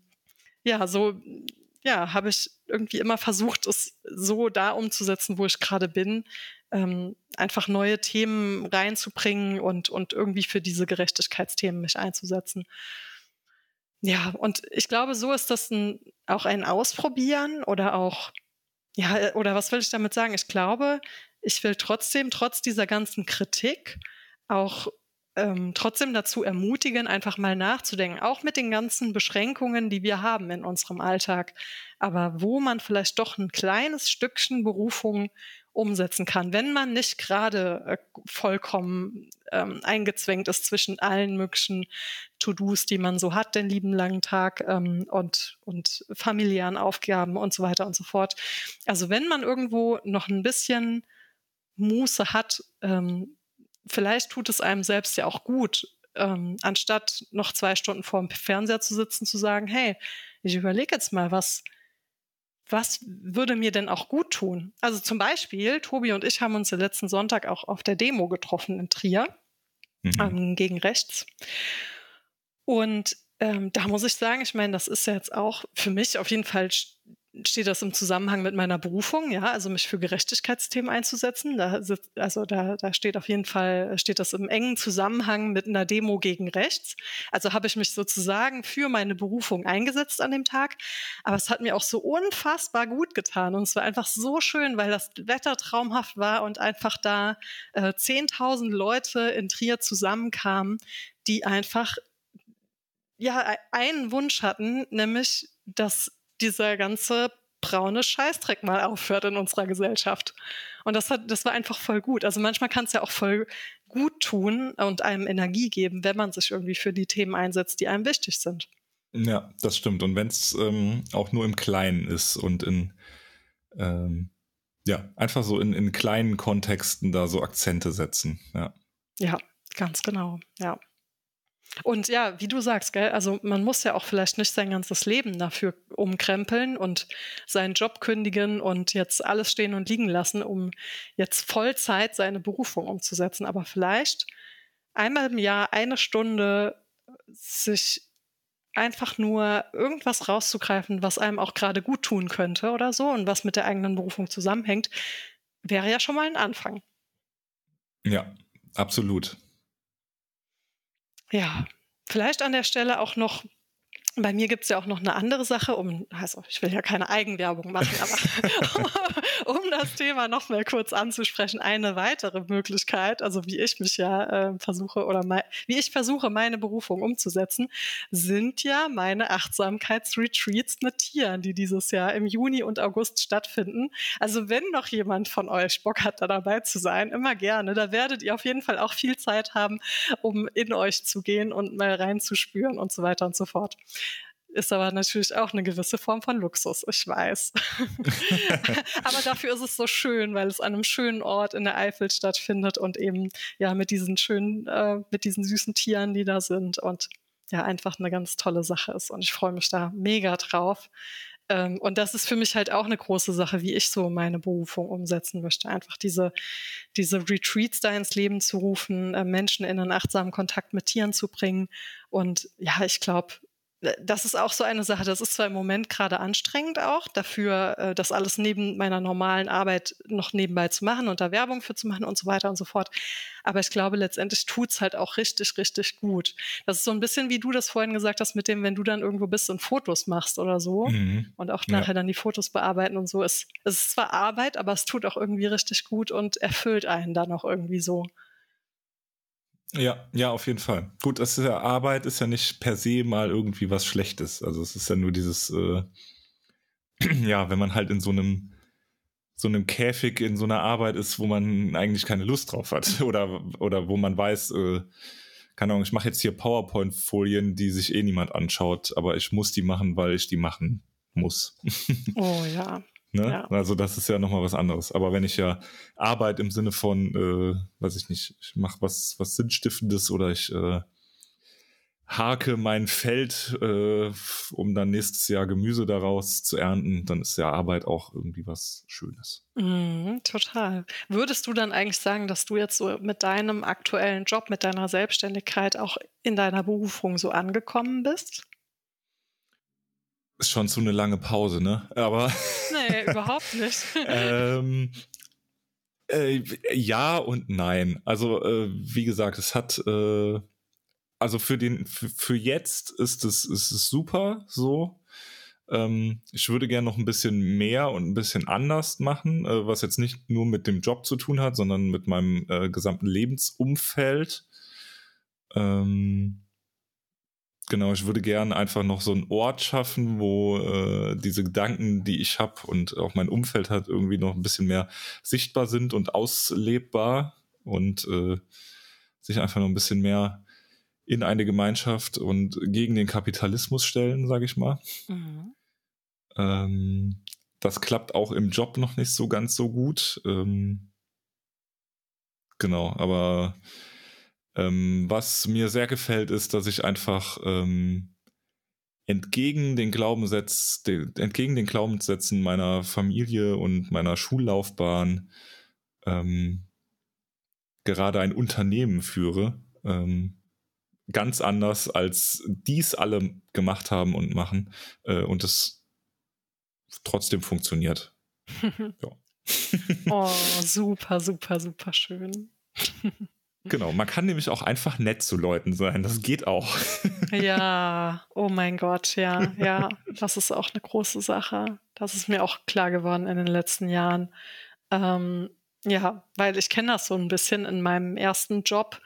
Speaker 2: habe ich irgendwie immer versucht, es so da umzusetzen, wo ich gerade bin, einfach neue Themen reinzubringen und irgendwie für diese Gerechtigkeitsthemen mich einzusetzen. Ja, und ich glaube, so ist das auch ein Ausprobieren oder auch, ja, oder was will ich damit sagen? Ich glaube, ich will trotzdem, trotz dieser ganzen Kritik, auch trotzdem dazu ermutigen, einfach mal nachzudenken, auch mit den ganzen Beschränkungen, die wir haben in unserem Alltag, aber wo man vielleicht doch ein kleines Stückchen Berufung umsetzen kann, wenn man nicht gerade vollkommen eingezwängt ist zwischen allen möglichen To-Dos, die man so hat, den lieben langen Tag und familiären Aufgaben und so weiter und so fort. Also wenn man irgendwo noch ein bisschen Muße hat, vielleicht tut es einem selbst ja auch gut, anstatt noch 2 Stunden vor dem Fernseher zu sitzen, zu sagen, hey, ich überlege jetzt mal, was würde mir denn auch gut tun? Also zum Beispiel, Tobi und ich haben uns ja letzten Sonntag auch auf der Demo getroffen in Trier, gegen rechts. Und da muss ich sagen, ich meine, das ist ja jetzt auch für mich auf jeden Fall steht das im Zusammenhang mit meiner Berufung, ja, also mich für Gerechtigkeitsthemen einzusetzen. Da steht auf jeden Fall, steht das im engen Zusammenhang mit einer Demo gegen rechts. Also habe ich mich sozusagen für meine Berufung eingesetzt an dem Tag. Aber es hat mir auch so unfassbar gut getan. Und es war einfach so schön, weil das Wetter traumhaft war und einfach da 10.000 Leute in Trier zusammenkamen, die einfach ja einen Wunsch hatten, nämlich, dass dieser ganze braune Scheißdreck mal aufhört in unserer Gesellschaft. Und das war einfach voll gut. Also manchmal kann es ja auch voll gut tun und einem Energie geben, wenn man sich irgendwie für die Themen einsetzt, die einem wichtig sind.
Speaker 1: Ja, das stimmt. Und wenn es auch nur im Kleinen ist und ja, einfach so in kleinen Kontexten da so Akzente setzen.
Speaker 2: Ja, ganz genau, ja. Und ja, wie du sagst, gell, also man muss ja auch vielleicht nicht sein ganzes Leben dafür umkrempeln und seinen Job kündigen und jetzt alles stehen und liegen lassen, um jetzt Vollzeit seine Berufung umzusetzen. Aber vielleicht einmal im Jahr 1 Stunde sich einfach nur irgendwas rauszugreifen, was einem auch gerade gut tun könnte oder so und was mit der eigenen Berufung zusammenhängt, wäre ja schon mal ein Anfang.
Speaker 1: Ja, absolut.
Speaker 2: Ja, vielleicht an der Stelle auch noch, bei mir gibt es ja auch noch eine andere Sache, also ich will ja keine Eigenwerbung machen, aber um das Thema noch mal kurz anzusprechen, eine weitere Möglichkeit, also wie ich mich ja wie ich versuche, meine Berufung umzusetzen, sind ja meine Achtsamkeitsretreats mit Tieren, die dieses Jahr im Juni und August stattfinden. Also wenn noch jemand von euch Bock hat, da dabei zu sein, immer gerne. Da werdet ihr auf jeden Fall auch viel Zeit haben, um in euch zu gehen und mal reinzuspüren und so weiter und so fort. Ist aber natürlich auch eine gewisse Form von Luxus, ich weiß. Aber dafür ist es so schön, weil es an einem schönen Ort in der Eifel stattfindet und eben ja mit diesen süßen Tieren, die da sind und ja einfach eine ganz tolle Sache ist. Und ich freue mich da mega drauf. Und das ist für mich halt auch eine große Sache, wie ich so meine Berufung umsetzen möchte. Einfach diese Retreats da ins Leben zu rufen, Menschen in einen achtsamen Kontakt mit Tieren zu bringen. Und ja, ich glaube, das ist auch so eine Sache, das ist zwar im Moment gerade anstrengend auch, dafür das alles neben meiner normalen Arbeit noch nebenbei zu machen und da Werbung für zu machen und so weiter und so fort. Aber ich glaube, letztendlich tut's halt auch richtig, richtig gut. Das ist so ein bisschen, wie du das vorhin gesagt hast, mit dem, wenn du dann irgendwo bist und Fotos machst oder so und auch nachher dann die Fotos bearbeiten und so. Es ist zwar Arbeit, aber es tut auch irgendwie richtig gut und erfüllt einen dann auch irgendwie so.
Speaker 1: Ja, auf jeden Fall. Gut, das ist ja, Arbeit ist ja nicht per se mal irgendwie was Schlechtes. Also es ist ja nur dieses, ja, wenn man halt in so einem Käfig in so einer Arbeit ist, wo man eigentlich keine Lust drauf hat oder wo man weiß, keine Ahnung, ich mache jetzt hier PowerPoint-Folien, die sich eh niemand anschaut, aber ich muss die machen, weil ich die machen muss.
Speaker 2: Oh ja.
Speaker 1: Ne?
Speaker 2: Ja.
Speaker 1: Also das ist ja nochmal was anderes. Aber wenn ich ja Arbeit im Sinne von, weiß ich nicht, ich mache was Sinnstiftendes oder ich hake mein Feld, um dann nächstes Jahr Gemüse daraus zu ernten, dann ist ja Arbeit auch irgendwie was Schönes.
Speaker 2: Total. Würdest du dann eigentlich sagen, dass du jetzt so mit deinem aktuellen Job, mit deiner Selbstständigkeit auch in deiner Berufung so angekommen bist?
Speaker 1: Ist schon so eine lange Pause, ne? Aber
Speaker 2: nee, überhaupt nicht.
Speaker 1: Ja und nein. Also wie gesagt, es hat also für jetzt ist es super so. Ich würde gerne noch ein bisschen mehr und ein bisschen anders machen, was jetzt nicht nur mit dem Job zu tun hat, sondern mit meinem gesamten Lebensumfeld. Genau, ich würde gerne einfach noch so einen Ort schaffen, wo diese Gedanken, die ich habe und auch mein Umfeld hat, irgendwie noch ein bisschen mehr sichtbar sind und auslebbar und sich einfach noch ein bisschen mehr in eine Gemeinschaft und gegen den Kapitalismus stellen, sage ich mal.
Speaker 2: Mhm.
Speaker 1: Das klappt auch im Job noch nicht so ganz so gut. Genau, aber was mir sehr gefällt, ist, dass ich einfach entgegen den Glaubenssätzen meiner Familie und meiner Schullaufbahn gerade ein Unternehmen führe. Ganz anders, als dies alle gemacht haben und machen. Und es trotzdem funktioniert. Ja.
Speaker 2: Oh, super, super, super schön.
Speaker 1: Genau, man kann nämlich auch einfach nett zu Leuten sein. Das geht auch.
Speaker 2: Ja, oh mein Gott, ja, das ist auch eine große Sache. Das ist mir auch klar geworden in den letzten Jahren. Ja, weil ich kenne das so ein bisschen in meinem ersten Job.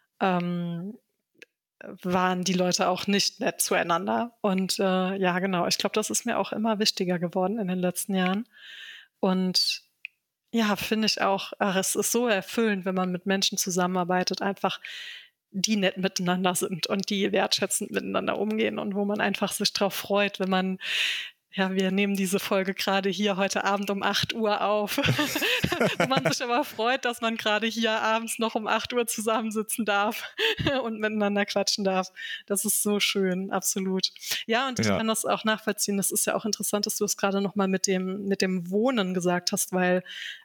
Speaker 2: Waren die Leute auch nicht nett zueinander. Und ja, genau, ich glaube, das ist mir auch immer wichtiger geworden in den letzten Jahren. Und ja, finde ich auch, es ist so erfüllend, wenn man mit Menschen zusammenarbeitet, einfach die nett miteinander sind und die wertschätzend miteinander umgehen und wo man einfach sich drauf freut, wenn man, ja, wir nehmen diese Folge gerade hier heute Abend um 8 Uhr auf, wo man sich aber freut, dass man gerade hier abends noch um 8 Uhr zusammensitzen darf und miteinander quatschen darf. Das ist so schön, absolut. Ja, und ich kann das auch nachvollziehen. Das ist ja auch interessant, dass du es gerade nochmal mit dem Wohnen gesagt hast, weil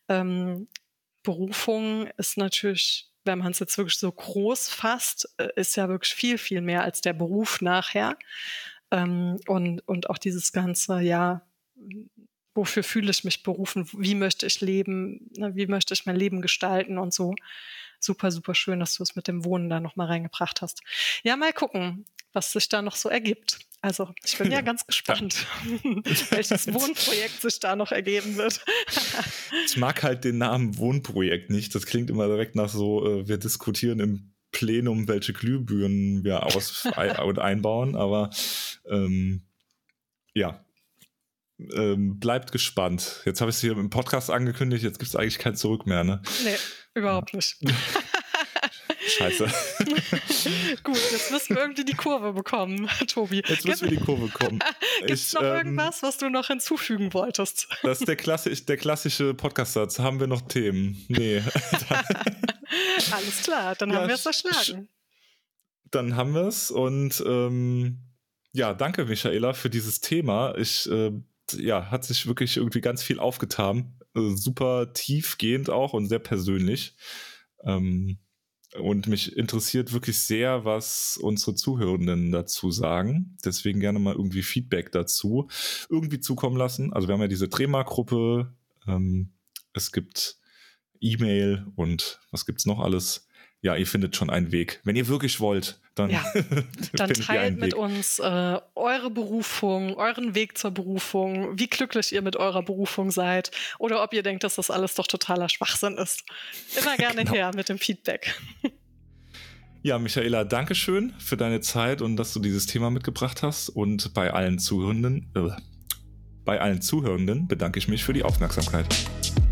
Speaker 2: Berufung ist natürlich, wenn man es jetzt wirklich so groß fasst, ist ja wirklich viel, viel mehr als der Beruf nachher. Und auch dieses ganze, ja, wofür fühle ich mich berufen, wie möchte ich leben, wie möchte ich mein Leben gestalten und so. Super, super schön, dass du es mit dem Wohnen da nochmal reingebracht hast. Ja, mal gucken, was sich da noch so ergibt. Also ich bin ja ganz gespannt, welches Wohnprojekt sich da noch ergeben wird.
Speaker 1: Ich mag halt den Namen Wohnprojekt nicht. Das klingt immer direkt nach so, wir diskutieren im Plenum, welche Glühbirnen wir einbauen, aber ja, bleibt gespannt. Jetzt habe ich es hier im Podcast angekündigt, jetzt gibt es eigentlich kein Zurück mehr, ne?
Speaker 2: Nee, überhaupt nicht.
Speaker 1: Scheiße.
Speaker 2: Gut, jetzt müssen wir irgendwie die Kurve bekommen, Tobi.
Speaker 1: Jetzt müssen wir die Kurve kommen.
Speaker 2: Gibt es noch irgendwas, was du noch hinzufügen wolltest?
Speaker 1: Das ist der klassische Podcast-Satz. Haben wir noch Themen? Nee.
Speaker 2: Alles klar, dann haben wir es erschlagen.
Speaker 1: Dann haben wir es und ja, danke Michaela für dieses Thema. Hat sich wirklich irgendwie ganz viel aufgetan. Super tiefgehend auch und sehr persönlich. Und mich interessiert wirklich sehr, was unsere Zuhörenden dazu sagen. Deswegen gerne mal irgendwie Feedback dazu irgendwie zukommen lassen. Also wir haben ja diese Trema-Gruppe, es gibt E-Mail und was gibt's noch alles? Ja, ihr findet schon einen Weg. Wenn ihr wirklich wollt, dann,
Speaker 2: dann teilt mit uns eure Berufung, euren Weg zur Berufung, wie glücklich ihr mit eurer Berufung seid oder ob ihr denkt, dass das alles doch totaler Schwachsinn ist. Immer gerne her mit dem Feedback.
Speaker 1: Ja, Michaela, danke schön für deine Zeit und dass du dieses Thema mitgebracht hast. Und bei allen Zuhörenden bedanke ich mich für die Aufmerksamkeit.